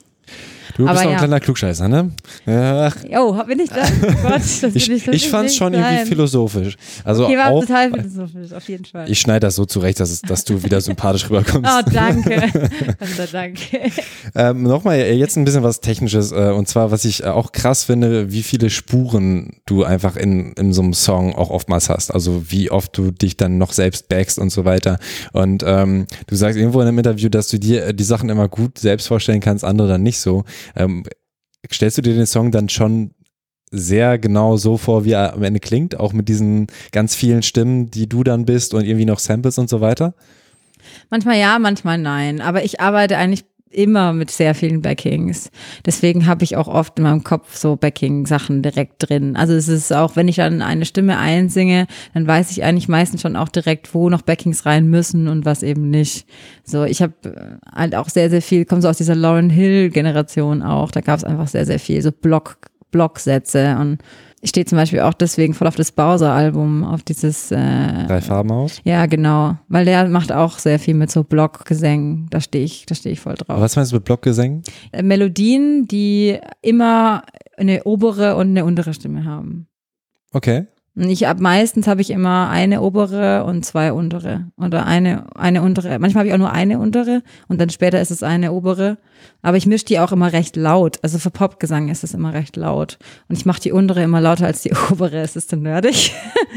Du bist Aber auch ein ja. kleiner Klugscheißer, ne? Ach, Oh, bin ich das? Oh Gott, das bin ich ich, das ich bin fand es nicht. schon Nein. irgendwie philosophisch. Also Okay, war auch, total philosophisch, auf jeden Fall. ich schneide das so zurecht, dass, es, dass du wieder sympathisch rüberkommst. Oh, danke. Gott sei Dank. Ähm, Nochmal jetzt ein bisschen was Technisches äh, und zwar, was ich äh, auch krass finde, wie viele Spuren du einfach in, in so einem Song auch oftmals hast. Also wie oft du dich dann noch selbst backst und so weiter. Und ähm, du sagst irgendwo in einem Interview, dass du dir die Sachen immer gut selbst vorstellen kannst, andere dann nicht so. Ähm, stellst du dir den Song dann schon sehr genau so vor, wie er am Ende klingt, auch mit diesen ganz vielen Stimmen, die du dann bist und irgendwie noch Samples und so weiter? Manchmal ja, manchmal nein. Aber ich arbeite eigentlich immer mit sehr vielen Backings. Deswegen habe ich auch oft in meinem Kopf so Backing-Sachen direkt drin. Also es ist auch, wenn ich dann eine Stimme einsinge, dann weiß ich eigentlich meistens schon auch direkt, wo noch Backings rein müssen und was eben nicht. So, ich habe halt auch sehr, sehr viel, komme so aus dieser Lauryn Hill-Generation auch. Da gab es einfach sehr, sehr viel so Block, Blocksätze und ich stehe zum Beispiel auch deswegen voll auf das Bowser-Album, auf dieses äh, Drei Farben aus? Ja, genau, weil der macht auch sehr viel mit so Blockgesängen, da stehe ich, da stehe ich voll drauf. Was meinst du mit Blockgesängen? Äh, Melodien, die immer eine obere und eine untere Stimme haben. Okay. Und ich hab, meistens habe ich immer eine obere und zwei untere oder eine eine untere. Manchmal habe ich auch nur eine untere und dann später ist es eine obere. Aber ich mische die auch immer recht laut. Also für Popgesang ist es immer recht laut. Und ich mache die untere immer lauter als die obere. Es ist dann nerdig.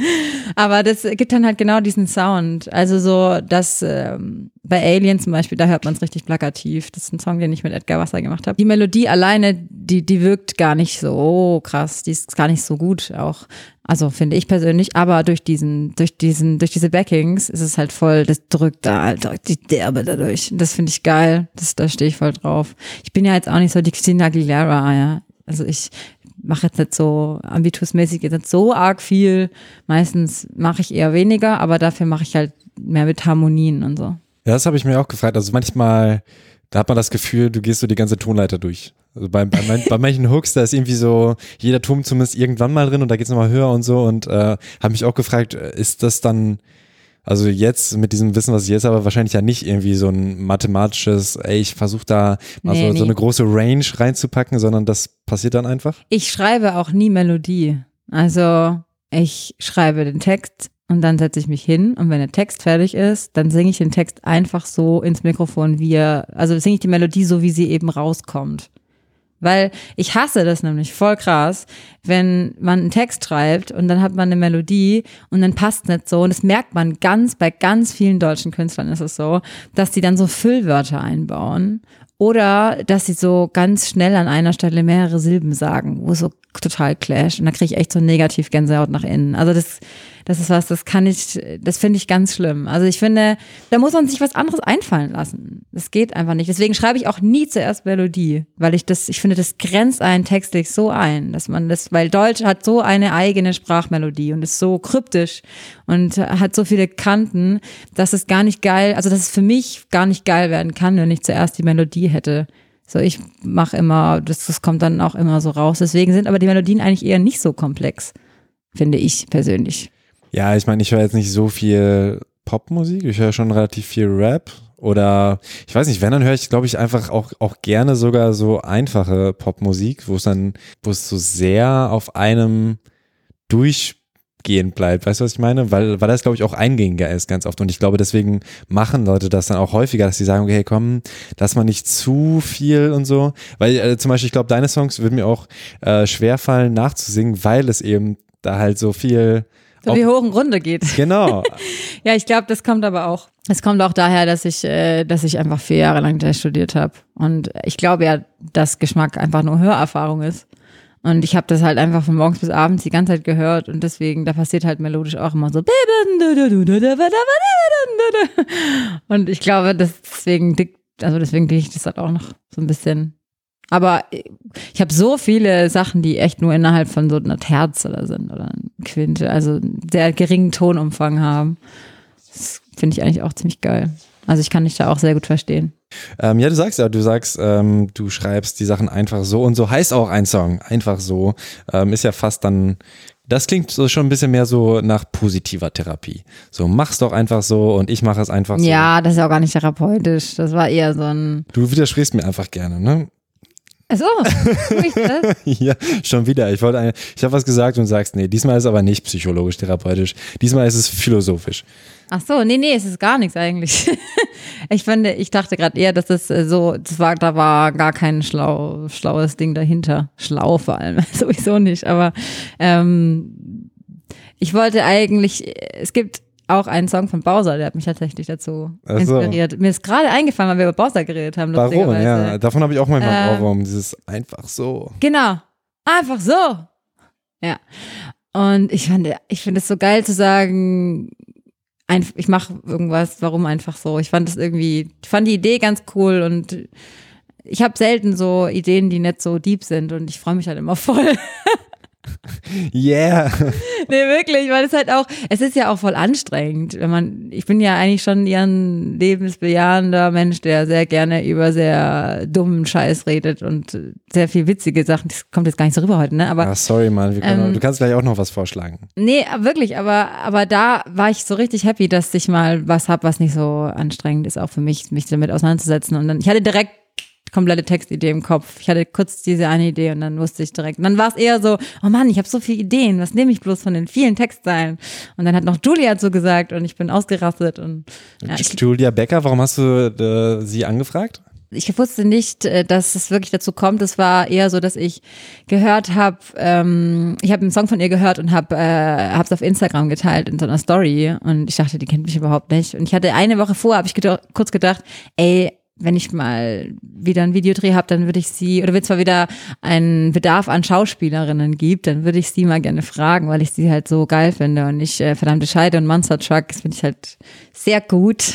Aber das gibt dann halt genau diesen Sound. Also so, dass ähm, bei Alien zum Beispiel, da hört man es richtig plakativ. Das ist ein Song, den ich mit Edgar Wasser gemacht habe. Die Melodie alleine, die, die wirkt gar nicht so krass. Die ist gar nicht so gut auch. Also finde ich persönlich, aber durch diesen, durch diesen, durch diese Backings ist es halt voll, das drückt da halt die Derbe dadurch. Das finde ich geil. Das, da stehe ich voll drauf. Ich bin ja jetzt auch nicht so die Christina Aguilera, ja. Also ich mache jetzt nicht so ambitusmäßig jetzt nicht so arg viel. Meistens mache ich eher weniger, aber dafür mache ich halt mehr mit Harmonien und so. Ja, das habe ich mir auch gefragt. Also manchmal, da hat man das Gefühl, du gehst so die ganze Tonleiter durch. Also bei, bei, mein, bei manchen Hooks, da ist irgendwie so jeder Ton zumindest irgendwann mal drin und da geht's nochmal höher und so und äh, habe mich auch gefragt, ist das dann, also jetzt mit diesem Wissen, was ich jetzt habe, wahrscheinlich ja nicht irgendwie so ein mathematisches, ey, ich versuche da mal Nee, so, nee. so eine große Range reinzupacken, sondern das passiert dann einfach? Ich schreibe auch nie Melodie. Also ich schreibe den Text und dann setze ich mich hin und wenn der Text fertig ist, dann singe ich den Text einfach so ins Mikrofon, wie er, also singe ich die Melodie so, wie sie eben rauskommt. Weil ich hasse das nämlich voll krass, wenn man einen Text schreibt und dann hat man eine Melodie und dann passt nicht so. Und das merkt man ganz, bei ganz vielen deutschen Künstlern ist es so, dass die dann so Füllwörter einbauen oder dass sie so ganz schnell an einer Stelle mehrere Silben sagen, wo es so total clasht. Und da kriege ich echt so negativ Gänsehaut nach innen. Also das, das ist was, das kann ich, das finde ich ganz schlimm. Also ich finde, da muss man sich was anderes einfallen lassen. Das geht einfach nicht. Deswegen schreibe ich auch nie zuerst Melodie, weil ich das, ich finde, das grenzt einen textlich so ein, dass man das, weil Deutsch hat so eine eigene Sprachmelodie und ist so kryptisch und hat so viele Kanten, dass es gar nicht geil, also dass es für mich gar nicht geil werden kann, wenn ich zuerst die Melodie hätte. So, ich mache immer, das, das kommt dann auch immer so raus. Deswegen sind aber die Melodien eigentlich eher nicht so komplex, finde ich persönlich. Ja, ich meine, ich höre jetzt nicht so viel Popmusik, ich höre schon relativ viel Rap oder ich weiß nicht, wenn, dann höre ich, glaube ich, einfach auch, auch gerne sogar so einfache Popmusik, wo es dann, wo es so sehr auf einem durchgehend bleibt, weißt du, was ich meine? Weil, weil das, glaube ich, auch eingängiger ist ganz oft und ich glaube, deswegen machen Leute das dann auch häufiger, dass sie sagen, okay, komm, lass mal nicht zu viel und so, weil äh, zum Beispiel, ich glaube, deine Songs würden mir auch äh, schwerfallen nachzusingen, weil es eben da halt so viel So wie hoch und runter geht. Genau. Ja, ich glaube, das kommt aber auch. Es kommt auch daher, dass ich, äh, dass ich einfach vier Jahre lang Jazz studiert habe. Und ich glaube ja, dass Geschmack einfach nur Hörerfahrung ist. Und ich habe das halt einfach von morgens bis abends die ganze Zeit gehört und deswegen, da passiert halt melodisch auch immer so. Und ich glaube, dass deswegen, also deswegen kriege ich das halt auch noch so ein bisschen Aber ich habe so viele Sachen, die echt nur innerhalb von so einer Terz oder sind oder eine Quinte, also einen sehr geringen Tonumfang haben. Das finde ich eigentlich auch ziemlich geil. Also ich kann dich da auch sehr gut verstehen. Ähm, ja, du sagst ja, du sagst, ähm, du schreibst die Sachen einfach so und so heißt auch ein Song, einfach so. Ähm, ist ja fast dann, das klingt so schon ein bisschen mehr so nach positiver Therapie. So, mach's doch einfach so und ich mache es einfach so. Ja, das ist ja auch gar nicht therapeutisch. Das war eher so ein... Du widersprichst mir einfach gerne, ne? Ach so, tue ich das? Ja, schon wieder. Ich wollte, eine, ich habe was gesagt und sagst, nee, diesmal ist es aber nicht psychologisch therapeutisch. Diesmal ist es philosophisch. Ach so, nee, nee, es ist gar nichts eigentlich. Ich fand, ich dachte gerade eher, dass das so, das war, da war gar kein schlau, schlaues Ding dahinter. Schlau vor allem, sowieso nicht. Aber ähm, ich wollte eigentlich, es gibt auch einen Song von Bowser, der hat mich tatsächlich dazu Ach so. inspiriert. Mir ist gerade eingefallen, weil wir über Bowser geredet haben. Warum? Ja, davon habe ich auch manchmal einen Ähm, Ohrwurm. Dieses einfach so. Genau, einfach so. Ja. Und ich fand, ich finde es so geil zu sagen, ein, ich mache irgendwas, warum einfach so. Ich fand das irgendwie, ich fand die Idee ganz cool und ich habe selten so Ideen, die nicht so deep sind und ich freue mich halt immer voll. Yeah. Nee, wirklich, weil es halt auch, es ist ja auch voll anstrengend, wenn man, ich bin ja eigentlich schon eher ein lebensbejahender Mensch, der sehr gerne über sehr dummen Scheiß redet und sehr viel witzige Sachen, das kommt jetzt gar nicht so rüber heute, ne, aber. Ach, sorry, Mann, wir können, ähm, du kannst gleich auch noch was vorschlagen. Nee, wirklich, aber, aber da war ich so richtig happy, dass ich mal was hab, was nicht so anstrengend ist, auch für mich, mich damit auseinanderzusetzen und dann, ich hatte direkt komplette Textidee im Kopf. Ich hatte kurz diese eine Idee und dann wusste ich direkt. Und dann war es eher so, oh Mann, ich habe so viele Ideen, was nehme ich bloß von den vielen Textzeilen? Und dann hat noch Julia so gesagt und ich bin ausgerastet. Und ja, ich, Julia Becker, warum hast du äh, sie angefragt? ich wusste nicht, dass es wirklich dazu kommt. Es war eher so, dass ich gehört habe, ähm, ich habe einen Song von ihr gehört und habe äh, es auf Instagram geteilt in so einer Story und ich dachte, die kennt mich überhaupt nicht. Und ich hatte eine Woche vorher, habe ich gedacht, kurz gedacht, ey, wenn ich mal wieder ein Videodreh habe, dann würde ich sie, oder wenn es mal wieder einen Bedarf an Schauspielerinnen gibt, dann würde ich sie mal gerne fragen, weil ich sie halt so geil finde und ich äh, verdammte Scheide und Monster Truck, das finde ich halt sehr gut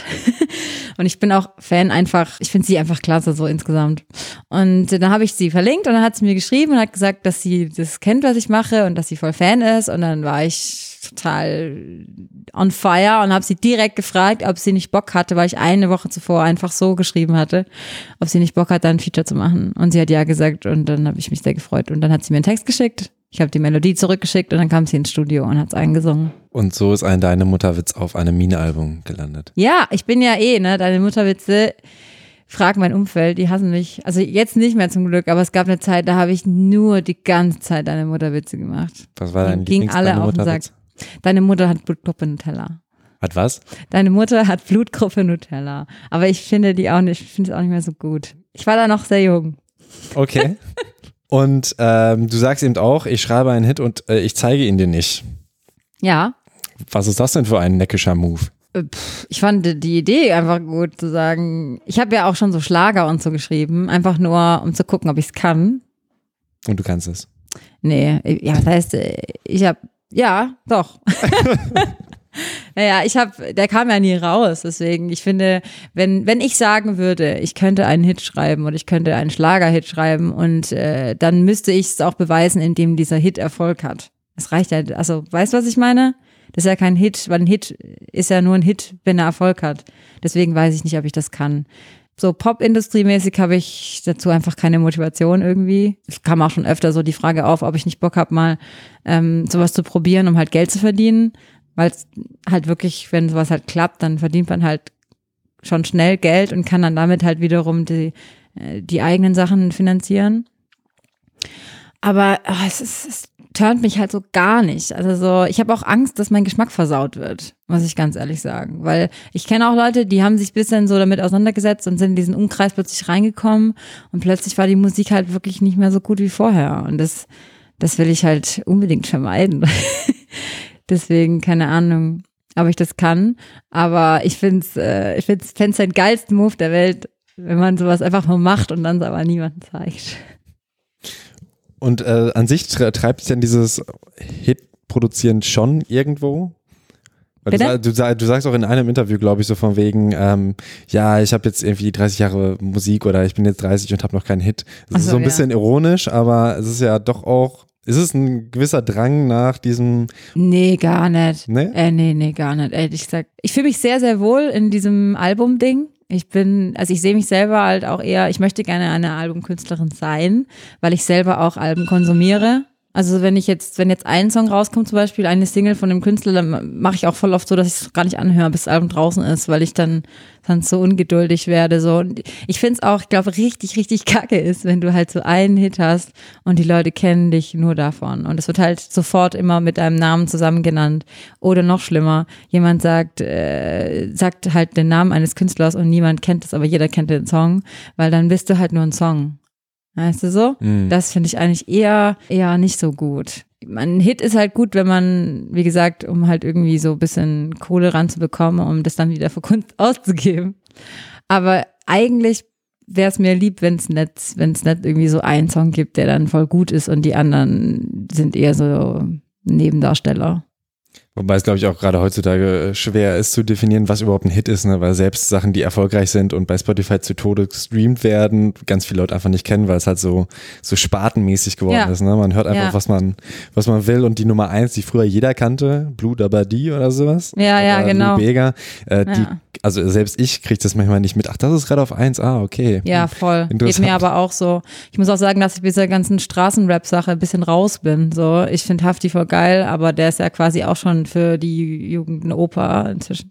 und ich bin auch Fan einfach, ich finde sie einfach klasse so insgesamt und dann habe ich sie verlinkt und dann hat sie mir geschrieben und hat gesagt, dass sie das kennt, was ich mache und dass sie voll Fan ist und dann war ich total on fire und habe sie direkt gefragt, ob sie nicht Bock hatte, weil ich eine Woche zuvor einfach so geschrieben hatte, ob sie nicht Bock hat, da ein Feature zu machen. Und sie hat ja gesagt und dann habe ich mich sehr gefreut. Und dann hat sie mir einen Text geschickt, ich habe die Melodie zurückgeschickt und dann kam sie ins Studio und hat es eingesungen. Und so ist ein Deine Mutterwitz auf einem Mine-Album gelandet. Ja, ich bin ja eh, ne, Deine Mutterwitze, frag mein Umfeld, die hassen mich. Also jetzt nicht mehr zum Glück, aber es gab eine Zeit, da habe ich nur die ganze Zeit Deine Mutterwitze gemacht. Was war dein Ging alle Lieblings- auf den Sack. Deine Mutter hat Blutgruppe Nutella. Hat was? Deine Mutter hat Blutgruppe Nutella. Aber ich finde die auch nicht, ich finde es auch nicht mehr so gut. Ich war da noch sehr jung. Okay. Und ähm, du sagst eben auch, ich schreibe einen Hit und äh, ich zeige ihn dir nicht. Ja. Was ist das denn für ein neckischer Move? Pff, ich fand die Idee einfach gut zu sagen, ich habe ja auch schon so Schlager und so geschrieben, einfach nur, um zu gucken, ob ich es kann. Und du kannst es. Nee, ja, das heißt, ich habe Ja, doch. Naja, ich habe, der kam ja nie raus, deswegen, ich finde, wenn wenn ich sagen würde, ich könnte einen Hit schreiben oder ich könnte einen Schlagerhit schreiben und äh, dann müsste ich es auch beweisen, indem dieser Hit Erfolg hat. Es reicht ja, also, weißt du, was ich meine? Das ist ja kein Hit, weil ein Hit ist ja nur ein Hit, wenn er Erfolg hat. Deswegen weiß ich nicht, ob ich das kann. So Pop-Industrie-mäßig habe ich dazu einfach keine Motivation irgendwie. Es kam auch schon öfter so die Frage auf, ob ich nicht Bock habe, mal ähm, sowas zu probieren, um halt Geld zu verdienen. Weil es halt wirklich, wenn sowas halt klappt, dann verdient man halt schon schnell Geld und kann dann damit halt wiederum die, die eigenen Sachen finanzieren. Aber oh, es, ist, es turnt mich halt so gar nicht. Also so, ich habe auch Angst, dass mein Geschmack versaut wird, muss ich ganz ehrlich sagen. Weil ich kenne auch Leute, die haben sich ein bisschen so damit auseinandergesetzt und sind in diesen Umkreis plötzlich reingekommen und plötzlich war die Musik halt wirklich nicht mehr so gut wie vorher. Und das, das will ich halt unbedingt vermeiden. Deswegen, keine Ahnung, ob ich das kann. Aber ich finde es äh, ich find's, find's den geilsten Move der Welt, wenn man sowas einfach mal macht und dann es aber niemandem zeigt. Und äh, an sich tre- treibt es denn dieses Hit-Produzieren schon irgendwo? Du, du, du sagst auch in einem Interview, glaube ich, so von wegen, ähm, ja, ich habe jetzt irgendwie dreißig Jahre Musik oder ich bin jetzt dreißig und habe noch keinen Hit. Das so, ist so ein ja. bisschen ironisch, aber es ist ja doch auch, ist es ein gewisser Drang nach diesem... Nee, gar nicht. Nee? Äh, nee, nee, gar nicht. Ehrlich gesagt. Ich fühle mich sehr, sehr wohl in diesem Album-Ding. Ich bin, also ich sehe mich selber halt auch eher, ich möchte gerne eine Albumkünstlerin sein, weil ich selber auch Alben konsumiere. Also wenn ich jetzt, wenn jetzt ein Song rauskommt, zum Beispiel eine Single von dem Künstler, dann mache ich auch voll oft so, dass ich es gar nicht anhöre, bis das Album draußen ist, weil ich dann, dann so ungeduldig werde. So. Und ich finde es auch, ich glaube, richtig, richtig kacke ist, wenn du halt so einen Hit hast und die Leute kennen dich nur davon. Und es wird halt sofort immer mit einem Namen zusammen genannt. Oder noch schlimmer, jemand sagt, äh, sagt halt den Namen eines Künstlers und niemand kennt es, aber jeder kennt den Song, weil dann bist du halt nur ein Song. Weißt du so? Mhm. Das finde ich eigentlich eher, eher nicht so gut. Ein Hit ist halt gut, wenn man, wie gesagt, um halt irgendwie so ein bisschen Kohle ranzubekommen, um das dann wieder für Kunst auszugeben. Aber eigentlich wäre es mir lieb, wenn es nicht, wenn es nicht irgendwie so einen Song gibt, der dann voll gut ist und die anderen sind eher so Nebendarsteller. Wobei es, glaube ich, auch gerade heutzutage schwer ist zu definieren, was überhaupt ein Hit ist, ne? Weil selbst Sachen, die erfolgreich sind und bei Spotify zu Tode gestreamt werden, ganz viele Leute einfach nicht kennen, weil es halt so so spartenmäßig geworden ja. ist. Ne? Man hört einfach, ja. was man was man will und die Nummer eins, die früher jeder kannte, Blue Dabadi oder sowas. Ja, ja, oder genau. Lou Bega, äh, ja. die, also selbst ich kriege das manchmal nicht mit. Ach, das ist gerade auf eins, ah, okay. Ja, voll. Geht mir aber auch so. Ich muss auch sagen, dass ich bei dieser ganzen Straßenrap-Sache ein bisschen raus bin. So, ich finde Hafti voll geil, aber der ist ja quasi auch schon für die Jugend eine Oper inzwischen.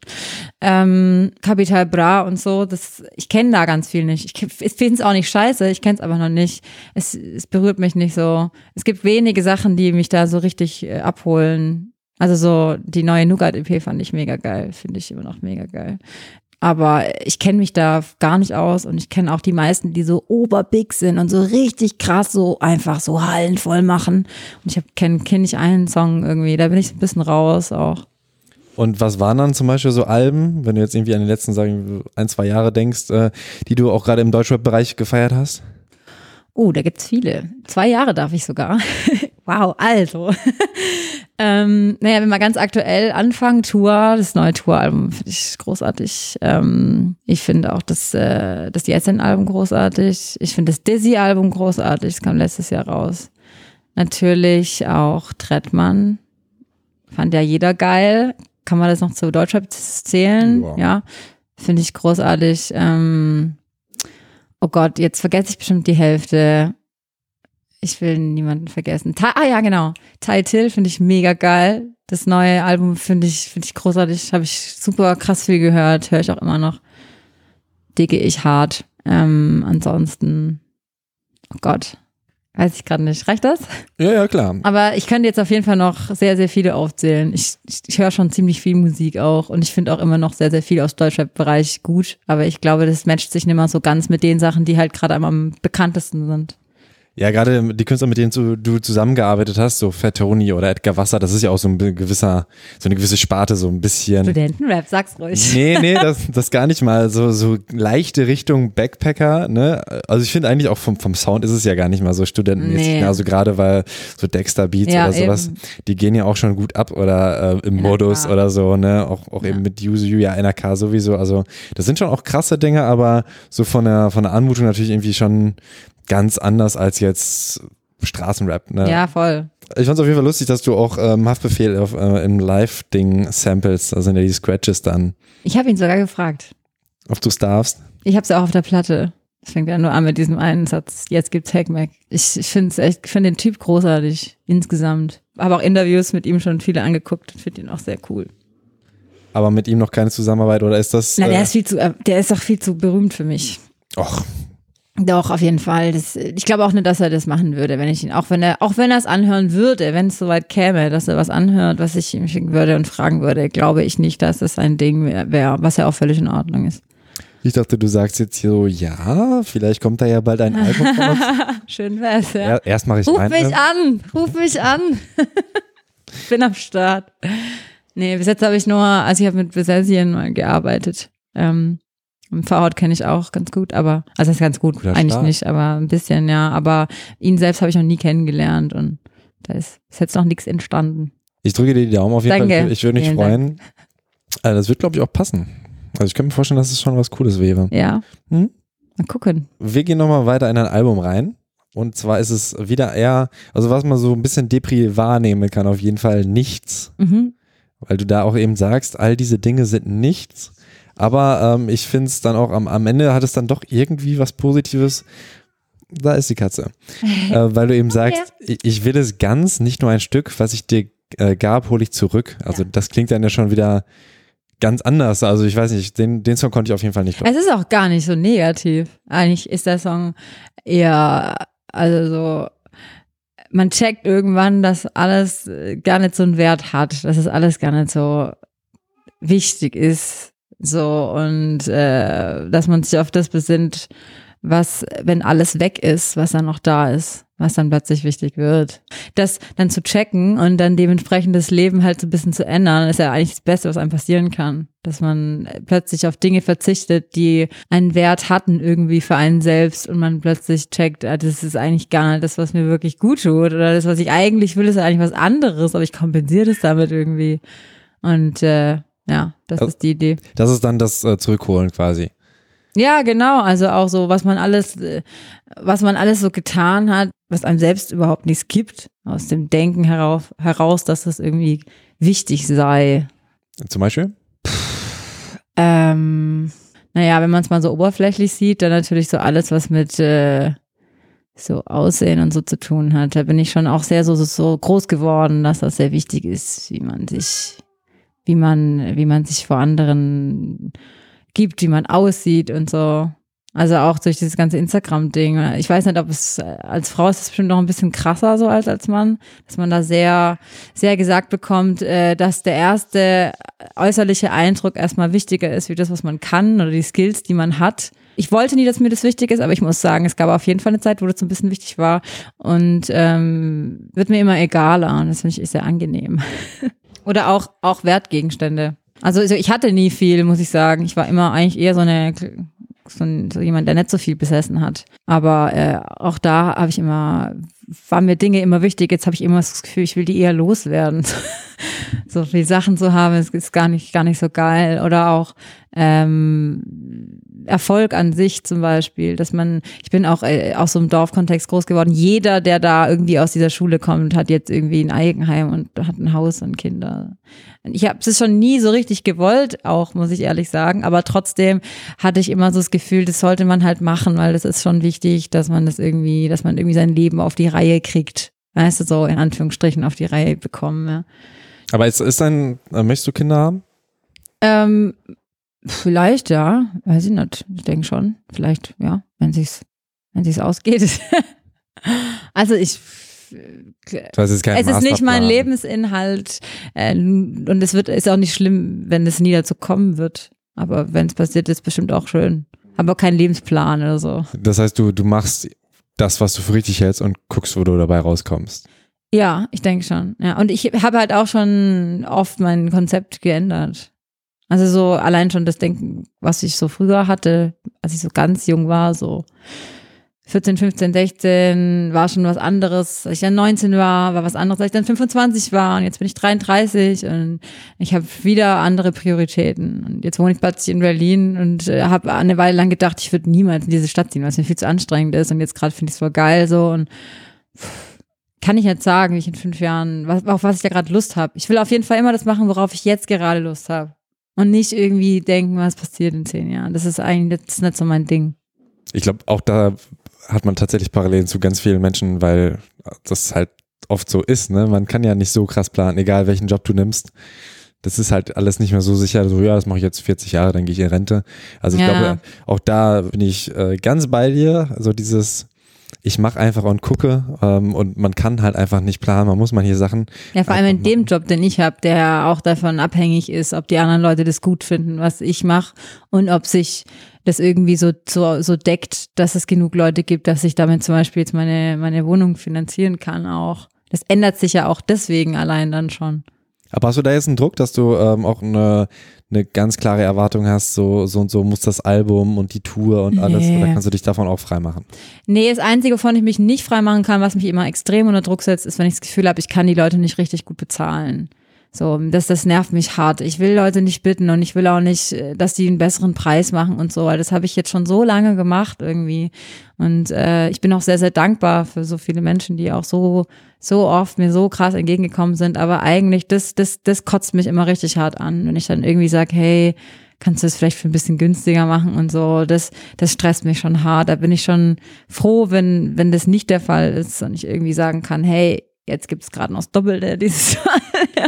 Ähm, Capital Bra und so, das, ich kenne da ganz viel nicht. Ich, ich finde es auch nicht scheiße, ich kenne es aber noch nicht. Es, es berührt mich nicht so. Es gibt wenige Sachen, die mich da so richtig äh, abholen. Also so die neue Nougat-E P fand ich mega geil, finde ich immer noch mega geil. Aber ich kenne mich da gar nicht aus und ich kenne auch die meisten, die so oberbig sind und so richtig krass so einfach so Hallen voll machen. Und ich kenne kenn nicht einen Song irgendwie, da bin ich ein bisschen raus auch. Und was waren dann zum Beispiel so Alben, wenn du jetzt irgendwie an die letzten, sagen wir, ein, zwei Jahre denkst, äh, die du auch gerade im Deutschrap-Bereich gefeiert hast? Oh, da gibt's viele. Zwei Jahre darf ich sogar. Wow, also. ähm, naja, wenn wir ganz aktuell anfangen, Tour, das neue Tour-Album finde ich großartig. Ähm, ich finde auch das, äh, das Jessen-Album großartig. Ich finde das Dizzy-Album großartig, das kam letztes Jahr raus. Natürlich auch Trettmann. Fand ja jeder geil. Kann man das noch zu Deutschrap zählen? Ja. ja. Finde ich großartig. Ähm, oh Gott, jetzt vergesse ich bestimmt die Hälfte. Ich will niemanden vergessen. Ta- ah ja, genau. Tai Till finde ich mega geil. Das neue Album finde ich, finde ich großartig. Habe ich super krass viel gehört. Höre ich auch immer noch. Digge ich hart. Ähm, ansonsten, oh Gott. Weiß ich gerade nicht. Reicht das? Ja, ja, klar. Aber ich könnte jetzt auf jeden Fall noch sehr, sehr viele aufzählen. Ich, ich, ich höre schon ziemlich viel Musik auch und ich finde auch immer noch sehr, sehr viel aus Deutschrap-Bereich gut. Aber ich glaube, das matcht sich nicht mehr so ganz mit den Sachen, die halt gerade am bekanntesten sind. Ja, gerade die Künstler, mit denen du, du zusammengearbeitet hast, so Fat Tony oder Edgar Wasser, das ist ja auch so ein gewisser, so eine gewisse Sparte, so ein bisschen. Studentenrap, sag's ruhig. Nee, nee, das, das gar nicht mal. So, so leichte Richtung Backpacker, ne? Also ich finde eigentlich auch vom, vom Sound ist es ja gar nicht mal so studentenmäßig. Nee. Ne? Also gerade weil so Dexter Beats ja, oder sowas, eben. Die gehen ja auch schon gut ab oder äh, im N R K. Modus oder so, ne? Auch, auch ja. eben mit Yuzu, ja, N R K sowieso. Also das sind schon auch krasse Dinge, aber so von der, von der Anmutung natürlich irgendwie schon ganz anders als jetzt Straßenrap. Ne? Ja, voll. Ich fand es auf jeden Fall lustig, dass du auch ähm, Haftbefehl auf, äh, im Live-Ding samples, da sind ja die Scratches dann. Ich habe ihn sogar gefragt. Ob du es darfst? Ich habe es ja auch auf der Platte. Es fängt ja nur an mit diesem einen Satz, jetzt gibt's Hackmack. Ich, ich finde echt, ich finde den Typ großartig, insgesamt. Habe auch Interviews mit ihm schon viele angeguckt und finde ihn auch sehr cool. Aber mit ihm noch keine Zusammenarbeit, oder ist das? Na, der äh, ist viel zu, der ist doch viel zu berühmt für mich. Och. Doch, auf jeden Fall. Das, ich glaube auch nicht, dass er das machen würde, wenn ich ihn, auch wenn er, auch wenn er es anhören würde, wenn es soweit käme, dass er was anhört, was ich ihm schicken würde und fragen würde, glaube ich nicht, dass das ein Ding wäre, was ja auch völlig in Ordnung ist. Ich dachte, du sagst jetzt hier so, ja, vielleicht kommt da ja bald ein Album raus. Schön wär's, ja. ja erst mache ich Ruf mein, mich an, ruf mich an. Ich bin am Start. Nee, bis jetzt habe ich nur, also ich habe mit Besessien mal gearbeitet. Ähm, V-Haut kenne ich auch ganz gut, aber, also das ist ganz gut, Guter eigentlich Start. nicht, aber ein bisschen, ja. Aber ihn selbst habe ich noch nie kennengelernt und da ist, ist jetzt noch nichts entstanden. Ich drücke dir die Daumen auf jeden Danke. Fall. Ich würde mich Vielen freuen. Dank. Also das wird, glaube ich, auch passen. Also ich könnte mir vorstellen, dass es schon was Cooles wäre. Ja. Hm? Mal gucken. Wir gehen nochmal weiter in ein Album rein. Und zwar ist es wieder eher, also was man so ein bisschen Depri wahrnehmen kann, auf jeden Fall nichts. Mhm. Weil du da auch eben sagst, all diese Dinge sind nichts. Aber ähm, ich finde es dann auch, am, am Ende hat es dann doch irgendwie was Positives. Da ist die Katze. äh, weil du eben sagst, ich, ich will es ganz, nicht nur ein Stück, was ich dir äh, gab, hole ich zurück. Also ja. Das klingt dann ja schon wieder ganz anders. Also ich weiß nicht, den, den Song konnte ich auf jeden Fall nicht hören. Es ist auch gar nicht so negativ. Eigentlich ist der Song eher, also so, man checkt irgendwann, dass alles gar nicht so einen Wert hat, dass es alles gar nicht so wichtig ist. So, und äh, dass man sich auf das besinnt, was, wenn alles weg ist, was dann noch da ist, was dann plötzlich wichtig wird. Das dann zu checken und dann dementsprechend das Leben halt so ein bisschen zu ändern, ist ja eigentlich das Beste, was einem passieren kann. Dass man plötzlich auf Dinge verzichtet, die einen Wert hatten irgendwie für einen selbst und man plötzlich checkt, ah, das ist eigentlich gar nicht das, was mir wirklich gut tut oder das, was ich eigentlich will, ist eigentlich was anderes, aber ich kompensiere das damit irgendwie. Und äh, ja, das also, ist die Idee. Das ist dann das äh, Zurückholen quasi. Ja, genau. Also auch so, was man alles, was man alles so getan hat, was einem selbst überhaupt nichts gibt, aus dem Denken herauf, heraus, dass das irgendwie wichtig sei. Zum Beispiel? Ähm, naja, wenn man es mal so oberflächlich sieht, dann natürlich so alles, was mit äh, so Aussehen und so zu tun hat. Da bin ich schon auch sehr so, so groß geworden, dass das sehr wichtig ist, wie man sich wie man, wie man sich vor anderen gibt, wie man aussieht und so. Also auch durch dieses ganze Instagram-Ding. Ich weiß nicht, ob es als Frau ist es bestimmt noch ein bisschen krasser so als als Mann, dass man da sehr, sehr gesagt bekommt, dass der erste äußerliche Eindruck erstmal wichtiger ist, wie das, was man kann oder die Skills, die man hat. Ich wollte nie, dass mir das wichtig ist, aber ich muss sagen, es gab auf jeden Fall eine Zeit, wo das so ein bisschen wichtig war und ähm, wird mir immer egaler und das finde ich sehr angenehm. Oder auch, auch Wertgegenstände. Also ich hatte nie viel, muss ich sagen. Ich war immer eigentlich eher so eine so, ein, so jemand, der nicht so viel besessen hat. Aber äh, auch da habe ich immer, waren mir Dinge immer wichtig. Jetzt habe ich immer das Gefühl, ich will die eher loswerden. So viele Sachen zu haben, ist, ist gar nicht, gar nicht so geil. Oder auch ähm, Erfolg an sich zum Beispiel, dass man, ich bin auch äh, aus so einem Dorfkontext groß geworden. Jeder, der da irgendwie aus dieser Schule kommt, hat jetzt irgendwie ein Eigenheim und hat ein Haus und Kinder. Ich habe es schon nie so richtig gewollt, auch muss ich ehrlich sagen, aber trotzdem hatte ich immer so das Gefühl, das sollte man halt machen, weil das ist schon wichtig, dass man das irgendwie, dass man irgendwie sein Leben auf die Reihe kriegt. Weißt du, so in Anführungsstrichen auf die Reihe bekommen, ja. Aber ist, ist ein, möchtest du Kinder haben? Ähm, vielleicht, ja. Weiß ich nicht. Ich denke schon. Vielleicht, ja, wenn sich's, wenn sich's ausgeht. Also ich, das ist kein es ist nicht mein Lebensinhalt äh, und es wird, ist auch nicht schlimm, wenn es nie dazu kommen wird. Aber wenn es passiert, ist es bestimmt auch schön. Aber keinen Lebensplan oder so. Das heißt, du, du machst das, was du für richtig hältst und guckst, wo du dabei rauskommst. Ja, ich denke schon. Ja, und ich habe halt auch schon oft mein Konzept geändert. Also so allein schon das Denken, was ich so früher hatte, als ich so ganz jung war, so vierzehn, fünfzehn, sechzehn war schon was anderes. Als ich dann neunzehn war, war was anderes, als ich dann fünfundzwanzig war und jetzt bin ich dreiunddreißig und ich habe wieder andere Prioritäten. Und jetzt wohne ich plötzlich in Berlin und äh, habe eine Weile lang gedacht, ich würde niemals in diese Stadt ziehen, weil es mir viel zu anstrengend ist und jetzt gerade finde ich es voll geil so und pff, kann ich jetzt sagen, wie ich in fünf Jahren, was, auf was ich da gerade Lust habe. Ich will auf jeden Fall immer das machen, worauf ich jetzt gerade Lust habe. Und nicht irgendwie denken, was passiert in zehn Jahren. Das ist eigentlich das ist nicht so mein Ding. Ich glaube, auch da hat man tatsächlich Parallelen zu ganz vielen Menschen, weil das halt oft so ist. Ne? Man kann ja nicht so krass planen, egal welchen Job du nimmst. Das ist halt alles nicht mehr so sicher. So, ja, das mache ich jetzt vierzig Jahre, dann gehe ich in Rente. Also ich ja. glaube, auch da bin ich äh, ganz bei dir. Also dieses ich mache einfach und gucke ähm, und man kann halt einfach nicht planen, man muss manche Sachen. Ja, vor allem in dem Job, den ich habe, der auch davon abhängig ist, ob die anderen Leute das gut finden, was ich mache und ob sich das irgendwie so, so, so deckt, dass es genug Leute gibt, dass ich damit zum Beispiel jetzt meine, meine Wohnung finanzieren kann auch. Das ändert sich ja auch deswegen allein dann schon. Aber hast du da jetzt einen Druck, dass du ähm, auch eine, eine ganz klare Erwartung hast, so, so und so muss das Album und die Tour und alles, nee. Oder kannst du dich davon auch freimachen? Nee, das Einzige, wovon ich mich nicht freimachen kann, was mich immer extrem unter Druck setzt, ist, wenn ich das Gefühl habe, ich kann die Leute nicht richtig gut bezahlen. So, das, das nervt mich hart. Ich will Leute nicht bitten und ich will auch nicht, dass die einen besseren Preis machen und so, weil das habe ich jetzt schon so lange gemacht irgendwie. Und äh, ich bin auch sehr, sehr dankbar für so viele Menschen, die auch so, so oft mir so krass entgegengekommen sind. Aber eigentlich, das, das, das kotzt mich immer richtig hart an, wenn ich dann irgendwie sage, hey, kannst du es vielleicht für ein bisschen günstiger machen und so. Das, das stresst mich schon hart. Da bin ich schon froh, wenn, wenn das nicht der Fall ist und ich irgendwie sagen kann, hey, jetzt gibt es gerade noch das Doppelte dieses Mal.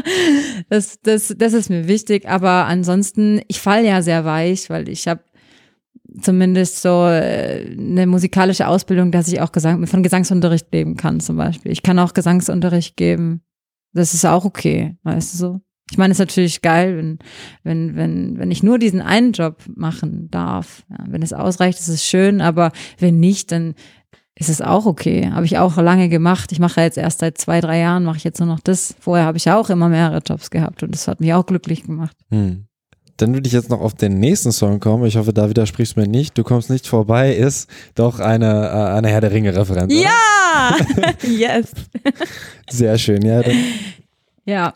das, das, das ist mir wichtig, aber ansonsten, ich falle ja sehr weich, weil ich habe zumindest so eine musikalische Ausbildung, dass ich auch Gesang, von Gesangsunterricht leben kann zum Beispiel. Ich kann auch Gesangsunterricht geben. Das ist auch okay, weißt du so. Ich meine, es ist natürlich geil, wenn, wenn, wenn, wenn ich nur diesen einen Job machen darf. Ja, wenn es ausreicht, ist es schön, aber wenn nicht, dann ist es auch okay. Habe ich auch lange gemacht. Ich mache ja jetzt erst seit zwei, drei Jahren, mache ich jetzt nur noch das. Vorher habe ich ja auch immer mehrere Jobs gehabt und das hat mich auch glücklich gemacht. Hm. Dann würde ich jetzt noch auf den nächsten Song kommen. Ich hoffe, da widersprichst du mir nicht. Du kommst nicht vorbei, ist doch eine, äh, eine Herr der Ringe-Referenz. Ja! Yes! Sehr schön, ja. Dann. Ja.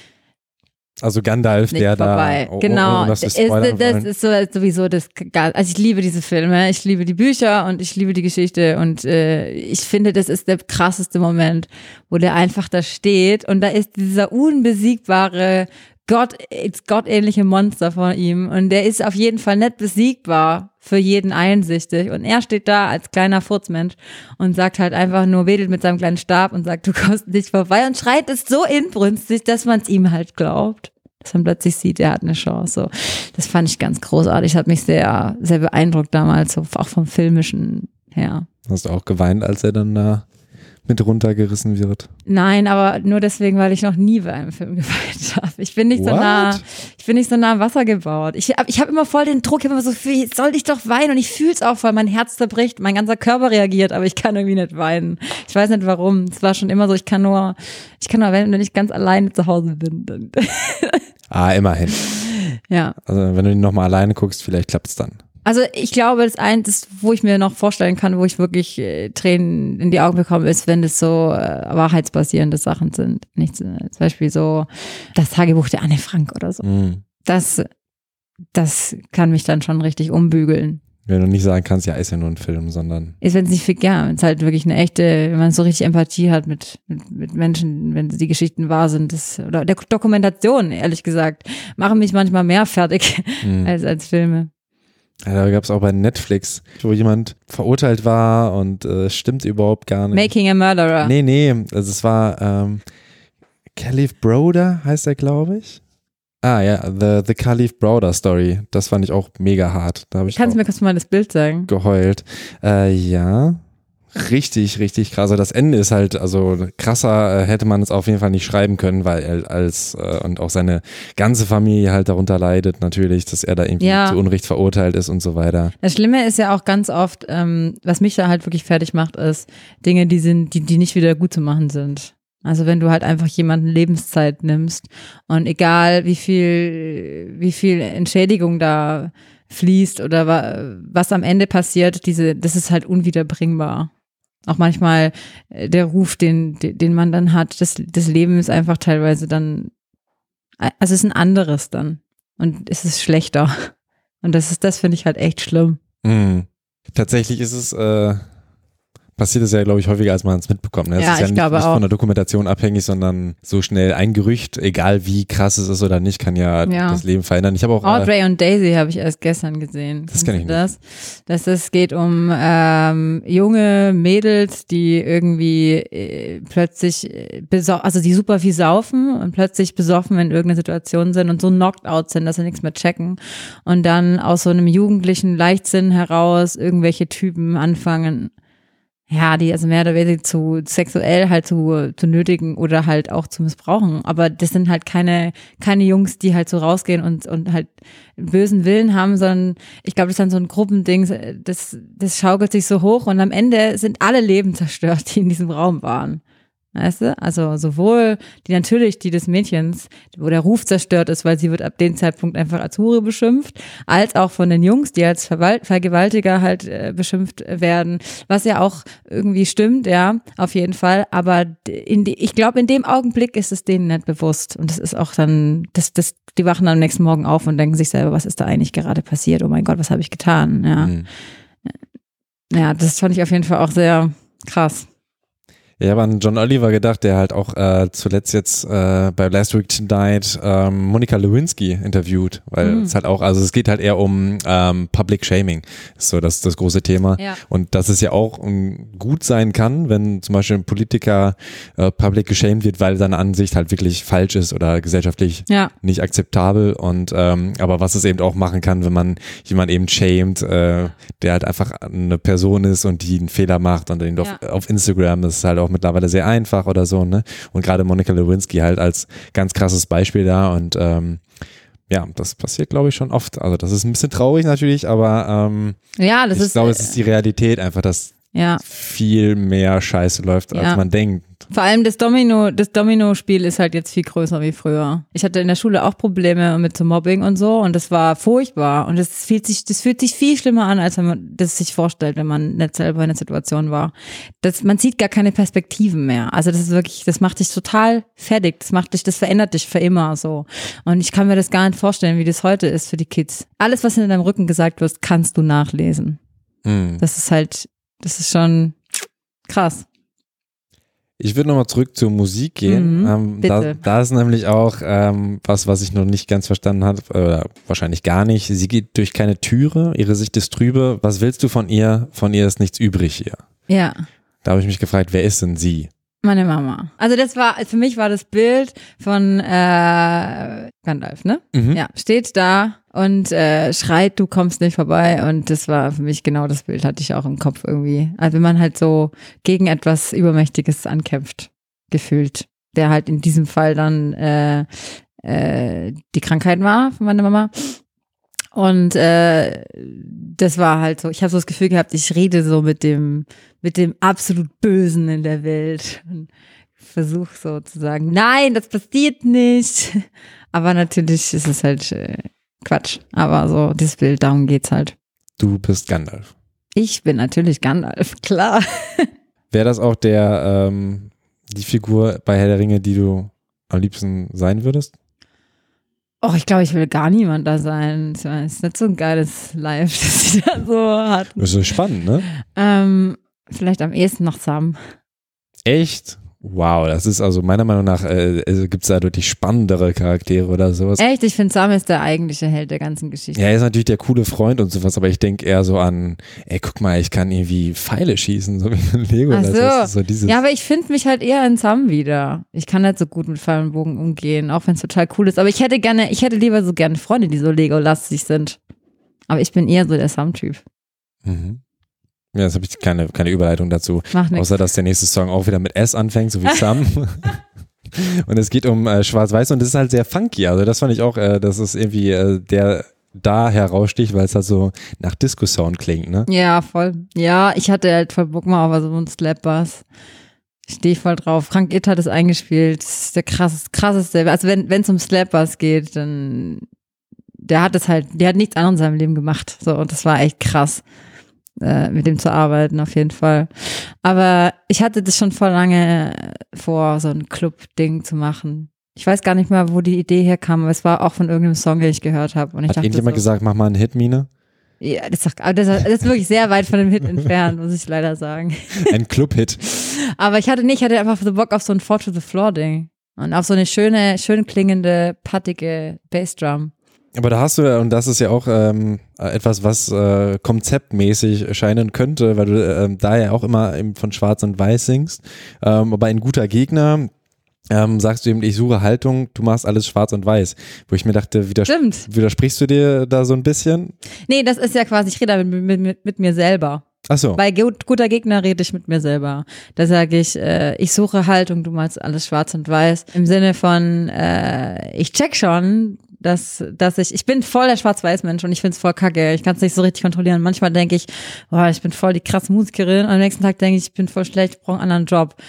Also Gandalf, nicht der vorbei. da. Oh, genau, oh, oh, das ist, das ist so, sowieso das. Also ich liebe diese Filme, ich liebe die Bücher und ich liebe die Geschichte und äh, ich finde, das ist der krasseste Moment, wo der einfach da steht und da ist dieser unbesiegbare Gott, gottähnliche Monster vor ihm und der ist auf jeden Fall nicht besiegbar für jeden einsichtig und er steht da als kleiner Furzmensch und sagt halt einfach nur, wedelt mit seinem kleinen Stab und sagt, du kommst nicht vorbei und schreit es so inbrünstig, dass man es ihm halt glaubt, dass man plötzlich sieht, er hat eine Chance. So, das fand ich ganz großartig, hat mich sehr, sehr beeindruckt damals, so, auch vom Filmischen her. Hast du auch geweint, als er dann da mit runtergerissen wird? Nein, aber nur deswegen, weil ich noch nie bei einem Film geweint habe. Ich bin nicht What? so nah, ich bin nicht so nah am Wasser gebaut. Ich, ich habe immer voll den Druck, ich habe immer so viel, soll ich doch weinen und ich fühle es auch, weil mein Herz zerbricht, mein ganzer Körper reagiert, aber ich kann irgendwie nicht weinen. Ich weiß nicht warum. Es war schon immer so, ich kann nur, ich kann nur weinen, wenn ich ganz alleine zu Hause bin. Dann ah, immerhin. Ja. Also wenn du ihn nochmal alleine guckst, vielleicht klappt es dann. Also ich glaube, das eine, das, wo ich mir noch vorstellen kann, wo ich wirklich äh, Tränen in die Augen bekomme, ist, wenn das so äh, wahrheitsbasierende Sachen sind. Nicht, äh, zum Beispiel so das Tagebuch der Anne Frank oder so. Mm. Das, das kann mich dann schon richtig umbügeln. Wenn du nicht sagen kannst, ja, ist ja nur ein Film, sondern Ist, wenn es nicht viel, ja, wenn es halt wirklich eine echte, wenn man so richtig Empathie hat mit, mit, mit Menschen, wenn die Geschichten wahr sind, das, oder der Dokumentation, ehrlich gesagt, machen mich manchmal mehr fertig mm. als, als Filme. Ja, da gab es auch bei Netflix, wo jemand verurteilt war und äh, stimmt überhaupt gar nicht. Making a Murderer. Nee, nee, also es war ähm, Khalif Browder heißt er, glaube ich. Ah ja, The, the Khalif Browder Story. Das fand ich auch mega hart. Da habe ich Kannst du mir kurz mal das Bild zeigen? Geheult. Äh, ja, richtig, richtig krass. Also das Ende ist halt, also krasser äh, hätte man es auf jeden Fall nicht schreiben können, weil er als, äh, und auch seine ganze Familie halt darunter leidet natürlich, dass er da irgendwie ja. zu Unrecht verurteilt ist und so weiter. Das Schlimme ist ja auch ganz oft, ähm, was mich da halt wirklich fertig macht, ist Dinge, die sind, die, die nicht wieder gut zu machen sind. Also wenn du halt einfach jemanden Lebenszeit nimmst und egal wie viel, wie viel Entschädigung da fließt oder wa- was am Ende passiert, diese, das ist halt unwiederbringbar. Auch manchmal der Ruf, den, den man dann hat, das, das Leben ist einfach teilweise dann, also es ist ein anderes dann und es ist schlechter. Und das ist, das finde ich halt echt schlimm. Mhm. Tatsächlich ist es, äh, passiert es ja, glaube ich, häufiger, als man es mitbekommt. Ne? Es Ja, ist ja ich nicht, glaube nicht auch. von der Dokumentation abhängig, sondern so schnell ein Gerücht, egal wie krass es ist oder nicht, kann ja, Ja. das Leben verändern. Ich habe auch. Audrey Äh, und Daisy habe ich erst gestern gesehen. Das kenn ich Kennst du das? Das ist, geht um ähm, junge Mädels, die irgendwie äh, plötzlich äh, besau- also die super viel saufen und plötzlich besoffen in irgendeiner Situation sind und so knocked out sind, dass sie nichts mehr checken und dann aus so einem jugendlichen Leichtsinn heraus irgendwelche Typen anfangen, ja, die also mehr oder weniger zu sexuell halt zu, zu nötigen oder halt auch zu missbrauchen. Aber das sind halt keine, keine Jungs, die halt so rausgehen und, und halt bösen Willen haben, sondern ich glaube, das ist dann so ein Gruppending, das, das schaukelt sich so hoch und am Ende sind alle Leben zerstört, die in diesem Raum waren. Weißt du? Also sowohl die natürlich, die des Mädchens, wo der Ruf zerstört ist, weil sie wird ab dem Zeitpunkt einfach als Hure beschimpft, als auch von den Jungs, die als Verwal- Vergewaltiger halt äh, beschimpft werden, was ja auch irgendwie stimmt, ja, auf jeden Fall. Aber in die, ich glaube, in dem Augenblick ist es denen nicht bewusst. Und das ist auch dann, das, das, die wachen dann am nächsten Morgen auf und denken sich selber, was ist da eigentlich gerade passiert? Oh mein Gott, was habe ich getan? Ja. Mhm. Ja, das fand ich auf jeden Fall auch sehr krass. Ich habe an John Oliver gedacht, der halt auch äh, zuletzt jetzt äh, bei Last Week Tonight ähm, Monica Lewinsky interviewt, weil mhm. es halt auch, also es geht halt eher um ähm, Public Shaming, ist so das, das große Thema. Ja. Und dass es ja auch um, gut sein kann, wenn zum Beispiel ein Politiker äh, public geshamed wird, weil seine Ansicht halt wirklich falsch ist oder gesellschaftlich ja. nicht akzeptabel. Und ähm, aber was es eben auch machen kann, wenn man jemand eben shamed, äh, der halt einfach eine Person ist und die einen Fehler macht und den ja. auf, auf Instagram ist halt auch mittlerweile sehr einfach oder so, ne? Und gerade Monica Lewinsky halt als ganz krasses Beispiel da und ähm, ja, das passiert, glaube ich, schon oft. Also das ist ein bisschen traurig natürlich, aber ähm, ja, das ich ist, glaube, es ist die Realität einfach, dass ja. viel mehr Scheiße läuft, als ja. man denkt. Vor allem das Domino, das Domino-Spiel ist halt jetzt viel größer wie früher. Ich hatte in der Schule auch Probleme mit so Mobbing und so und das war furchtbar und das fühlt sich, das fühlt sich viel schlimmer an, als wenn man das sich vorstellt, wenn man nicht selber in der Situation war. Das, man sieht gar keine Perspektiven mehr. Also das ist wirklich, das macht dich total fertig. Das macht dich, das verändert dich für immer so. Und ich kann mir das gar nicht vorstellen, wie das heute ist für die Kids. Alles, was in deinem Rücken gesagt wird, kannst du nachlesen. Hm. Das ist halt, das ist schon krass. Ich würde nochmal zurück zur Musik gehen. Mhm, ähm, bitte. da, da ist nämlich auch ähm, was, was ich noch nicht ganz verstanden habe, oder wahrscheinlich gar nicht. Sie geht durch keine Türe, ihre Sicht ist trübe. Was willst du von ihr? Von ihr ist nichts übrig hier. Ja. Da habe ich mich gefragt, wer ist denn sie? Meine Mama. Also das war, für mich war das Bild von äh, Gandalf, ne? Mhm. Ja, steht da und äh, schreit, du kommst nicht vorbei und das war für mich genau das Bild, hatte ich auch im Kopf irgendwie. Also wenn man halt so gegen etwas Übermächtiges ankämpft, gefühlt, der halt in diesem Fall dann äh, äh, die Krankheit war von meiner Mama. Und äh, das war halt so, ich habe so das Gefühl gehabt, ich rede so mit dem mit dem absolut Bösen in der Welt und versuche so zu sagen, nein, das passiert nicht. Aber natürlich ist es halt äh, Quatsch. Aber so, dieses Bild, darum geht's halt. Du bist Gandalf. Ich bin natürlich Gandalf, klar. Wäre das auch der ähm, die Figur bei Herr der Ringe, die du am liebsten sein würdest? Oh, ich glaube, ich will gar niemand da sein. Es ist nicht so ein geiles Live, das sie da so hatten. Das ist so spannend, ne? Ähm, vielleicht am ehesten noch Sam. Echt? Wow, das ist also meiner Meinung nach, äh, also gibt es da deutlich spannendere Charaktere oder sowas. Echt? Ich finde, Sam ist der eigentliche Held der ganzen Geschichte. Ja, er ist natürlich der coole Freund und sowas, aber ich denke eher so an, ey, guck mal, ich kann irgendwie Pfeile schießen, so wie ein Lego. Ach so. Das ist so dieses Ja, aber ich finde mich halt eher in Sam wieder. Ich kann nicht so gut mit Pfeil und Bogen umgehen, auch wenn es total cool ist. Aber ich hätte gerne, ich hätte lieber so gerne Freunde, die so Lego-lastig sind. Aber ich bin eher so der Sam-Typ. Mhm. Ja, jetzt habe ich keine, keine Überleitung dazu. Mach nix. Außer, dass der nächste Song auch wieder mit S anfängt, so wie Sam. Und es geht um äh, Schwarz-Weiß und das ist halt sehr funky. Also das fand ich auch, äh, dass es irgendwie äh, der da heraussticht, weil es halt so nach Disco-Sound klingt, ne? Ja, voll. Ja, ich hatte halt voll Bock mal auf so einen Slap-Bass. Ich stehe voll drauf. Frank Itt hat es eingespielt. Das ist der krasseste, krasseste. Also wenn es um Slap-Bass geht, dann der hat es halt, der hat nichts anderes in seinem Leben gemacht. So, und das war echt krass, äh, mit dem zu arbeiten, auf jeden Fall. Aber ich hatte das schon vor lange vor, so ein Club-Ding zu machen. Ich weiß gar nicht mehr, wo die Idee herkam, aber es war auch von irgendeinem Song, den ich gehört habe. Und ich Hat dachte irgendjemand so, gesagt, mach mal einen Hit, Mine? Ja, das ist, das ist wirklich sehr weit von dem Hit entfernt, muss ich leider sagen. Ein Club-Hit. Aber ich hatte nicht, ich hatte einfach so Bock auf so ein Four to the Floor-Ding. Und auf so eine schöne, schön klingende, pattige Bassdrum. Aber da hast du, und das ist ja auch ähm, etwas, was äh, konzeptmäßig erscheinen könnte, weil du ähm, da ja auch immer eben von Schwarz und Weiß singst. Ähm, aber ein guter Gegner ähm, sagst du eben, ich suche Haltung, du machst alles schwarz und weiß. Wo ich mir dachte, widers- Stimmt. widersprichst du dir da so ein bisschen? Nee, das ist ja quasi, ich rede mit, mit, mit, mit mir selber. Ach so. Bei gut, guter Gegner rede ich mit mir selber. Da sage ich, äh, ich suche Haltung, du machst alles schwarz und weiß. Im Sinne von, äh, ich check schon, dass, dass ich, ich bin voll der Schwarz-Weiß-Mensch und ich find's voll kacke. Ich kann es nicht so richtig kontrollieren. Manchmal denke ich, boah, ich bin voll die krasse Musikerin und am nächsten Tag denke ich, ich bin voll schlecht, ich brauche einen anderen Job.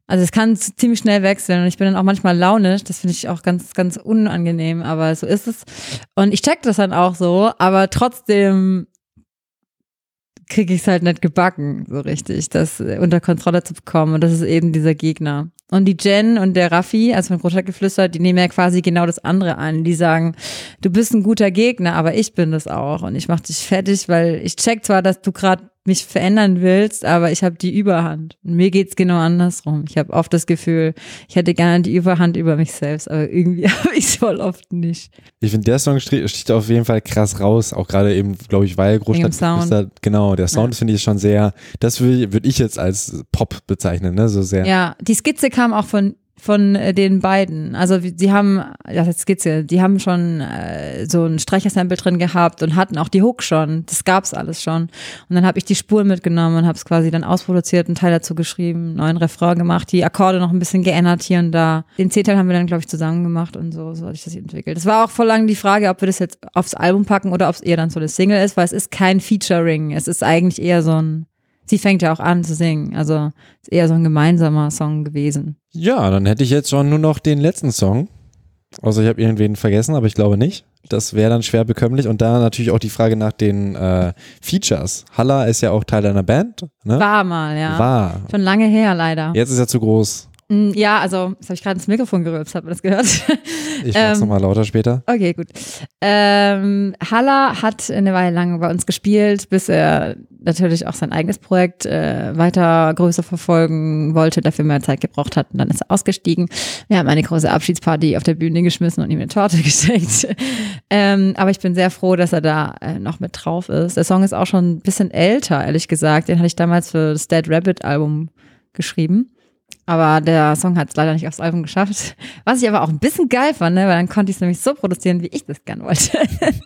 Also es kann ziemlich schnell wechseln und ich bin dann auch manchmal launisch, das finde ich auch ganz, ganz unangenehm, aber so ist es. Und ich check das dann auch so, aber trotzdem kriege ich es halt nicht gebacken, so richtig, das unter Kontrolle zu bekommen. Und das ist eben dieser Gegner. Und die Jen und der Raffi, also von Großstadtgeflüster, die nehmen ja quasi genau das andere an. Die sagen, du bist ein guter Gegner, aber ich bin das auch. Und ich mach dich fertig, weil ich check zwar, dass du gerade mich verändern willst, aber ich habe die Überhand. Und mir geht's genau andersrum. Ich habe oft das Gefühl, ich hätte gerne die Überhand über mich selbst, aber irgendwie habe ich es voll oft nicht. Ich finde, der Song sticht, sticht auf jeden Fall krass raus, auch gerade eben, glaube ich, weil Großstadtgeflüster, genau, der Sound, ja. Finde ich schon sehr, das würde würd ich jetzt als Pop bezeichnen, ne, so sehr. Ja, die Skizze kam auch von von äh, den beiden. Also sie haben, ja, das Skizze, die haben schon äh, so ein Streichersample drin gehabt und hatten auch die Hook schon. Das gab's alles schon. Und dann habe ich die Spuren mitgenommen und habe es quasi dann ausproduziert, einen Teil dazu geschrieben, einen neuen Refrain gemacht, die Akkorde noch ein bisschen geändert hier und da. Den C-Teil haben wir dann, glaube ich, zusammen gemacht und so, so hat sich das entwickelt. Es war auch voll lang die Frage, ob wir das jetzt aufs Album packen oder ob es eher dann so eine Single ist, weil es ist kein Featuring. Es ist eigentlich eher so ein, sie fängt ja auch an zu singen, also ist eher so ein gemeinsamer Song gewesen. Ja, dann hätte ich jetzt schon nur noch den letzten Song. Also ich habe irgendwen vergessen, aber ich glaube nicht. Das wäre dann schwer bekömmlich. Und da natürlich auch die Frage nach den äh, Features. Halla ist ja auch Teil deiner Band. Ne? War mal, ja. War. Schon lange her, leider. Jetzt ist er zu groß. Ja, also, das habe ich gerade ins Mikrofon gerülpst, habt ihr das gehört? Ich mach's ähm, nochmal lauter später. Okay, gut. Ähm, Halla hat eine Weile lang bei uns gespielt, bis er natürlich auch sein eigenes Projekt äh, weiter größer verfolgen wollte, dafür mehr Zeit gebraucht hat und dann ist er ausgestiegen. Wir haben eine große Abschiedsparty auf der Bühne geschmissen und ihm eine Torte geschenkt. ähm, aber ich bin sehr froh, dass er da äh, noch mit drauf ist. Der Song ist auch schon ein bisschen älter, ehrlich gesagt. Den hatte ich damals für das Dead Rabbit Album geschrieben. Aber der Song hat es leider nicht aufs Album geschafft. Was ich aber auch ein bisschen geil fand, ne? Weil dann konnte ich es nämlich so produzieren, wie ich das gern wollte.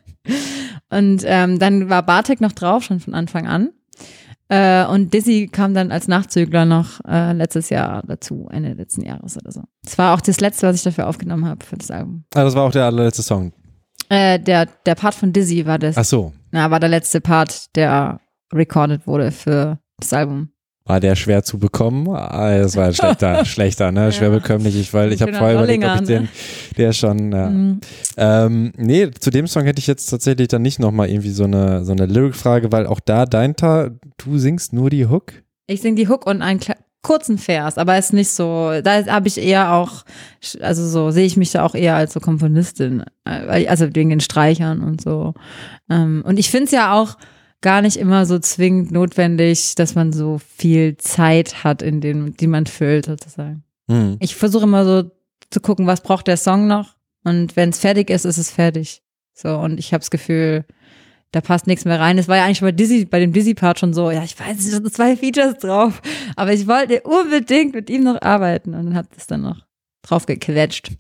Und ähm, dann war Bartek noch drauf, schon von Anfang an. Äh, und Dizzy kam dann als Nachzügler noch äh, letztes Jahr dazu, Ende letzten Jahres oder so. Das war auch das letzte, was ich dafür aufgenommen habe für das Album. Ah, das war auch der allerletzte Song? Äh, der, der Part von Dizzy war das. Ach so. Na, war der letzte Part, der recorded wurde für das Album. War der schwer zu bekommen? Ah, das war ein schlechter, schlechter, ne? Schwer ja. bekömmlich. Ich, weil ich habe vorher überlegt, ob ich den, der schon, ja. Mhm. Ähm, nee, zu dem Song hätte ich jetzt tatsächlich dann nicht nochmal irgendwie so eine, so eine Lyric-Frage, weil auch da dein Teil, du singst nur die Hook? Ich sing die Hook und einen kle- kurzen Vers, aber ist nicht so, da habe ich eher auch, also so sehe ich mich da auch eher als so Komponistin, also wegen den Streichern und so. Und ich finde es ja auch gar nicht immer so zwingend notwendig, dass man so viel Zeit hat, in dem, die man füllt, sozusagen. Mhm. Ich versuche immer so zu gucken, was braucht der Song noch? Und wenn es fertig ist, ist es fertig. So, und ich habe das Gefühl, da passt nichts mehr rein. Es war ja eigentlich bei Dizzy, bei dem Dizzy-Part schon so, ja, ich weiß, es sind zwei Features drauf, aber ich wollte unbedingt mit ihm noch arbeiten und dann hat es dann noch drauf gequetscht.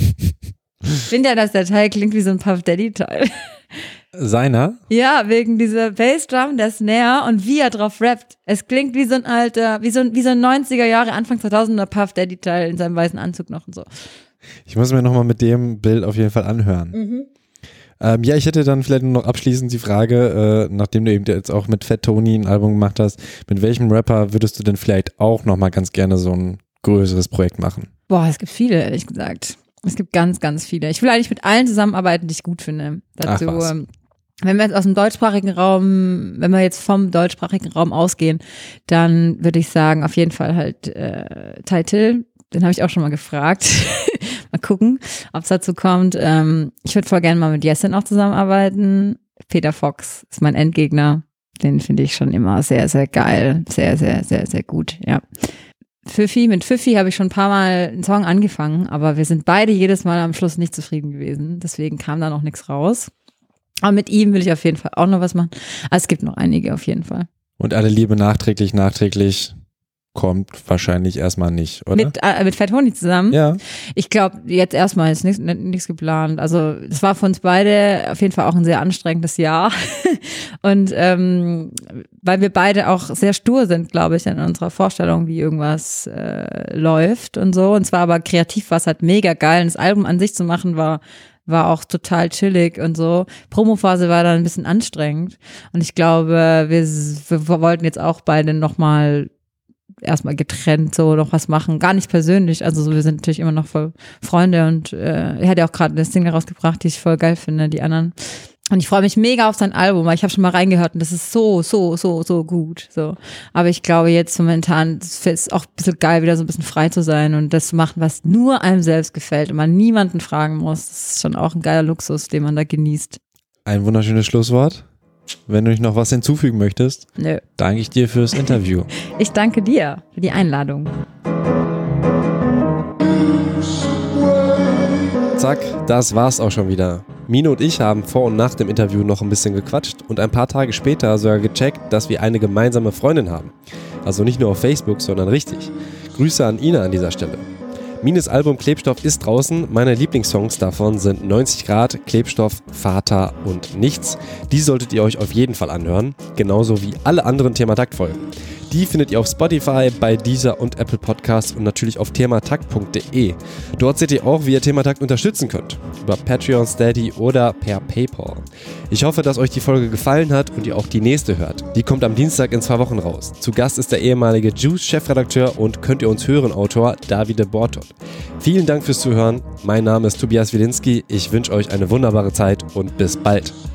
Ich finde ja, dass der Teil klingt wie so ein Puff Daddy-Teil. Seiner? Ja, wegen dieser Bassdrum, der Snare und wie er drauf rappt. Es klingt wie so ein alter, wie so ein, wie so ein neunziger Jahre, Anfang zweitausender Puff Daddy-Teil in seinem weißen Anzug noch und so. Ich muss mir nochmal mit dem Bild auf jeden Fall anhören. Mhm. Ähm, ja, ich hätte dann vielleicht noch abschließend die Frage, äh, nachdem du eben jetzt auch mit Fat Tony ein Album gemacht hast, mit welchem Rapper würdest du denn vielleicht auch nochmal ganz gerne so ein größeres Projekt machen? Boah, es gibt viele, ehrlich gesagt. Es gibt ganz, ganz viele. Ich will eigentlich mit allen zusammenarbeiten, die ich gut finde. Dazu, Ach was. Ähm, wenn wir jetzt aus dem deutschsprachigen Raum, wenn wir jetzt vom deutschsprachigen Raum ausgehen, dann würde ich sagen, auf jeden Fall halt äh, Ty Till, den habe ich auch schon mal gefragt. Mal gucken, ob es dazu kommt. Ähm, ich würde voll gerne mal mit Jessin auch zusammenarbeiten. Peter Fox ist mein Endgegner. Den finde ich schon immer sehr, sehr geil. Sehr, sehr, sehr, sehr gut, ja. Pfiffi, mit Pfiffi habe ich schon ein paar Mal einen Song angefangen, aber wir sind beide jedes Mal am Schluss nicht zufrieden gewesen. Deswegen kam da noch nichts raus. Aber mit ihm will ich auf jeden Fall auch noch was machen. Also es gibt noch einige auf jeden Fall. Und alle Liebe nachträglich, nachträglich kommt wahrscheinlich erstmal nicht, oder? Mit, äh, mit Fat Tony zusammen? Ja. Ich glaube, jetzt erstmal ist nichts, nichts geplant. Also das war für uns beide auf jeden Fall auch ein sehr anstrengendes Jahr. Und ähm, weil wir beide auch sehr stur sind, glaube ich, in unserer Vorstellung, wie irgendwas äh, läuft und so. Und zwar aber kreativ war es halt mega geil. Und das Album an sich zu machen war war auch total chillig und so. Promophase war dann ein bisschen anstrengend. Und ich glaube, wir, wir wollten jetzt auch beide nochmal erstmal getrennt so noch was machen. Gar nicht persönlich, also so, wir sind natürlich immer noch voll Freunde und äh, er hat ja auch gerade eine Single rausgebracht, die ich voll geil finde, die anderen. Und ich freue mich mega auf sein Album, weil ich habe schon mal reingehört und das ist so, so, so, so gut. So. Aber ich glaube jetzt momentan ist es auch ein bisschen geil, wieder so ein bisschen frei zu sein und das zu machen, was nur einem selbst gefällt und man niemanden fragen muss. Das ist schon auch ein geiler Luxus, den man da genießt. Ein wunderschönes Schlusswort. Wenn du nicht noch was hinzufügen möchtest, Nö. danke ich dir fürs Interview. Ich danke dir für die Einladung. Zack, das war's auch schon wieder. Mine und ich haben vor und nach dem Interview noch ein bisschen gequatscht und ein paar Tage später sogar gecheckt, dass wir eine gemeinsame Freundin haben. Also nicht nur auf Facebook, sondern richtig. Grüße an Ina an dieser Stelle. Mines Album Klebstoff ist draußen. Meine Lieblingssongs davon sind neunzig Grad, Klebstoff, Vater und Nichts. Die solltet ihr euch auf jeden Fall anhören. Genauso wie alle anderen Thema-Takt-Folgen. Die findet ihr auf Spotify, bei Deezer und Apple Podcasts und natürlich auf thematakt punkt de. Dort seht ihr auch, wie ihr Thematakt unterstützen könnt. Über Patreon, Steady oder per PayPal. Ich hoffe, dass euch die Folge gefallen hat und ihr auch die nächste hört. Die kommt am Dienstag in zwei Wochen raus. Zu Gast ist der ehemalige Juice-Chefredakteur und könnt ihr uns hören, Autor Davide Bortot. Vielen Dank fürs Zuhören. Mein Name ist Tobias Wilinski. Ich wünsche euch eine wunderbare Zeit und bis bald.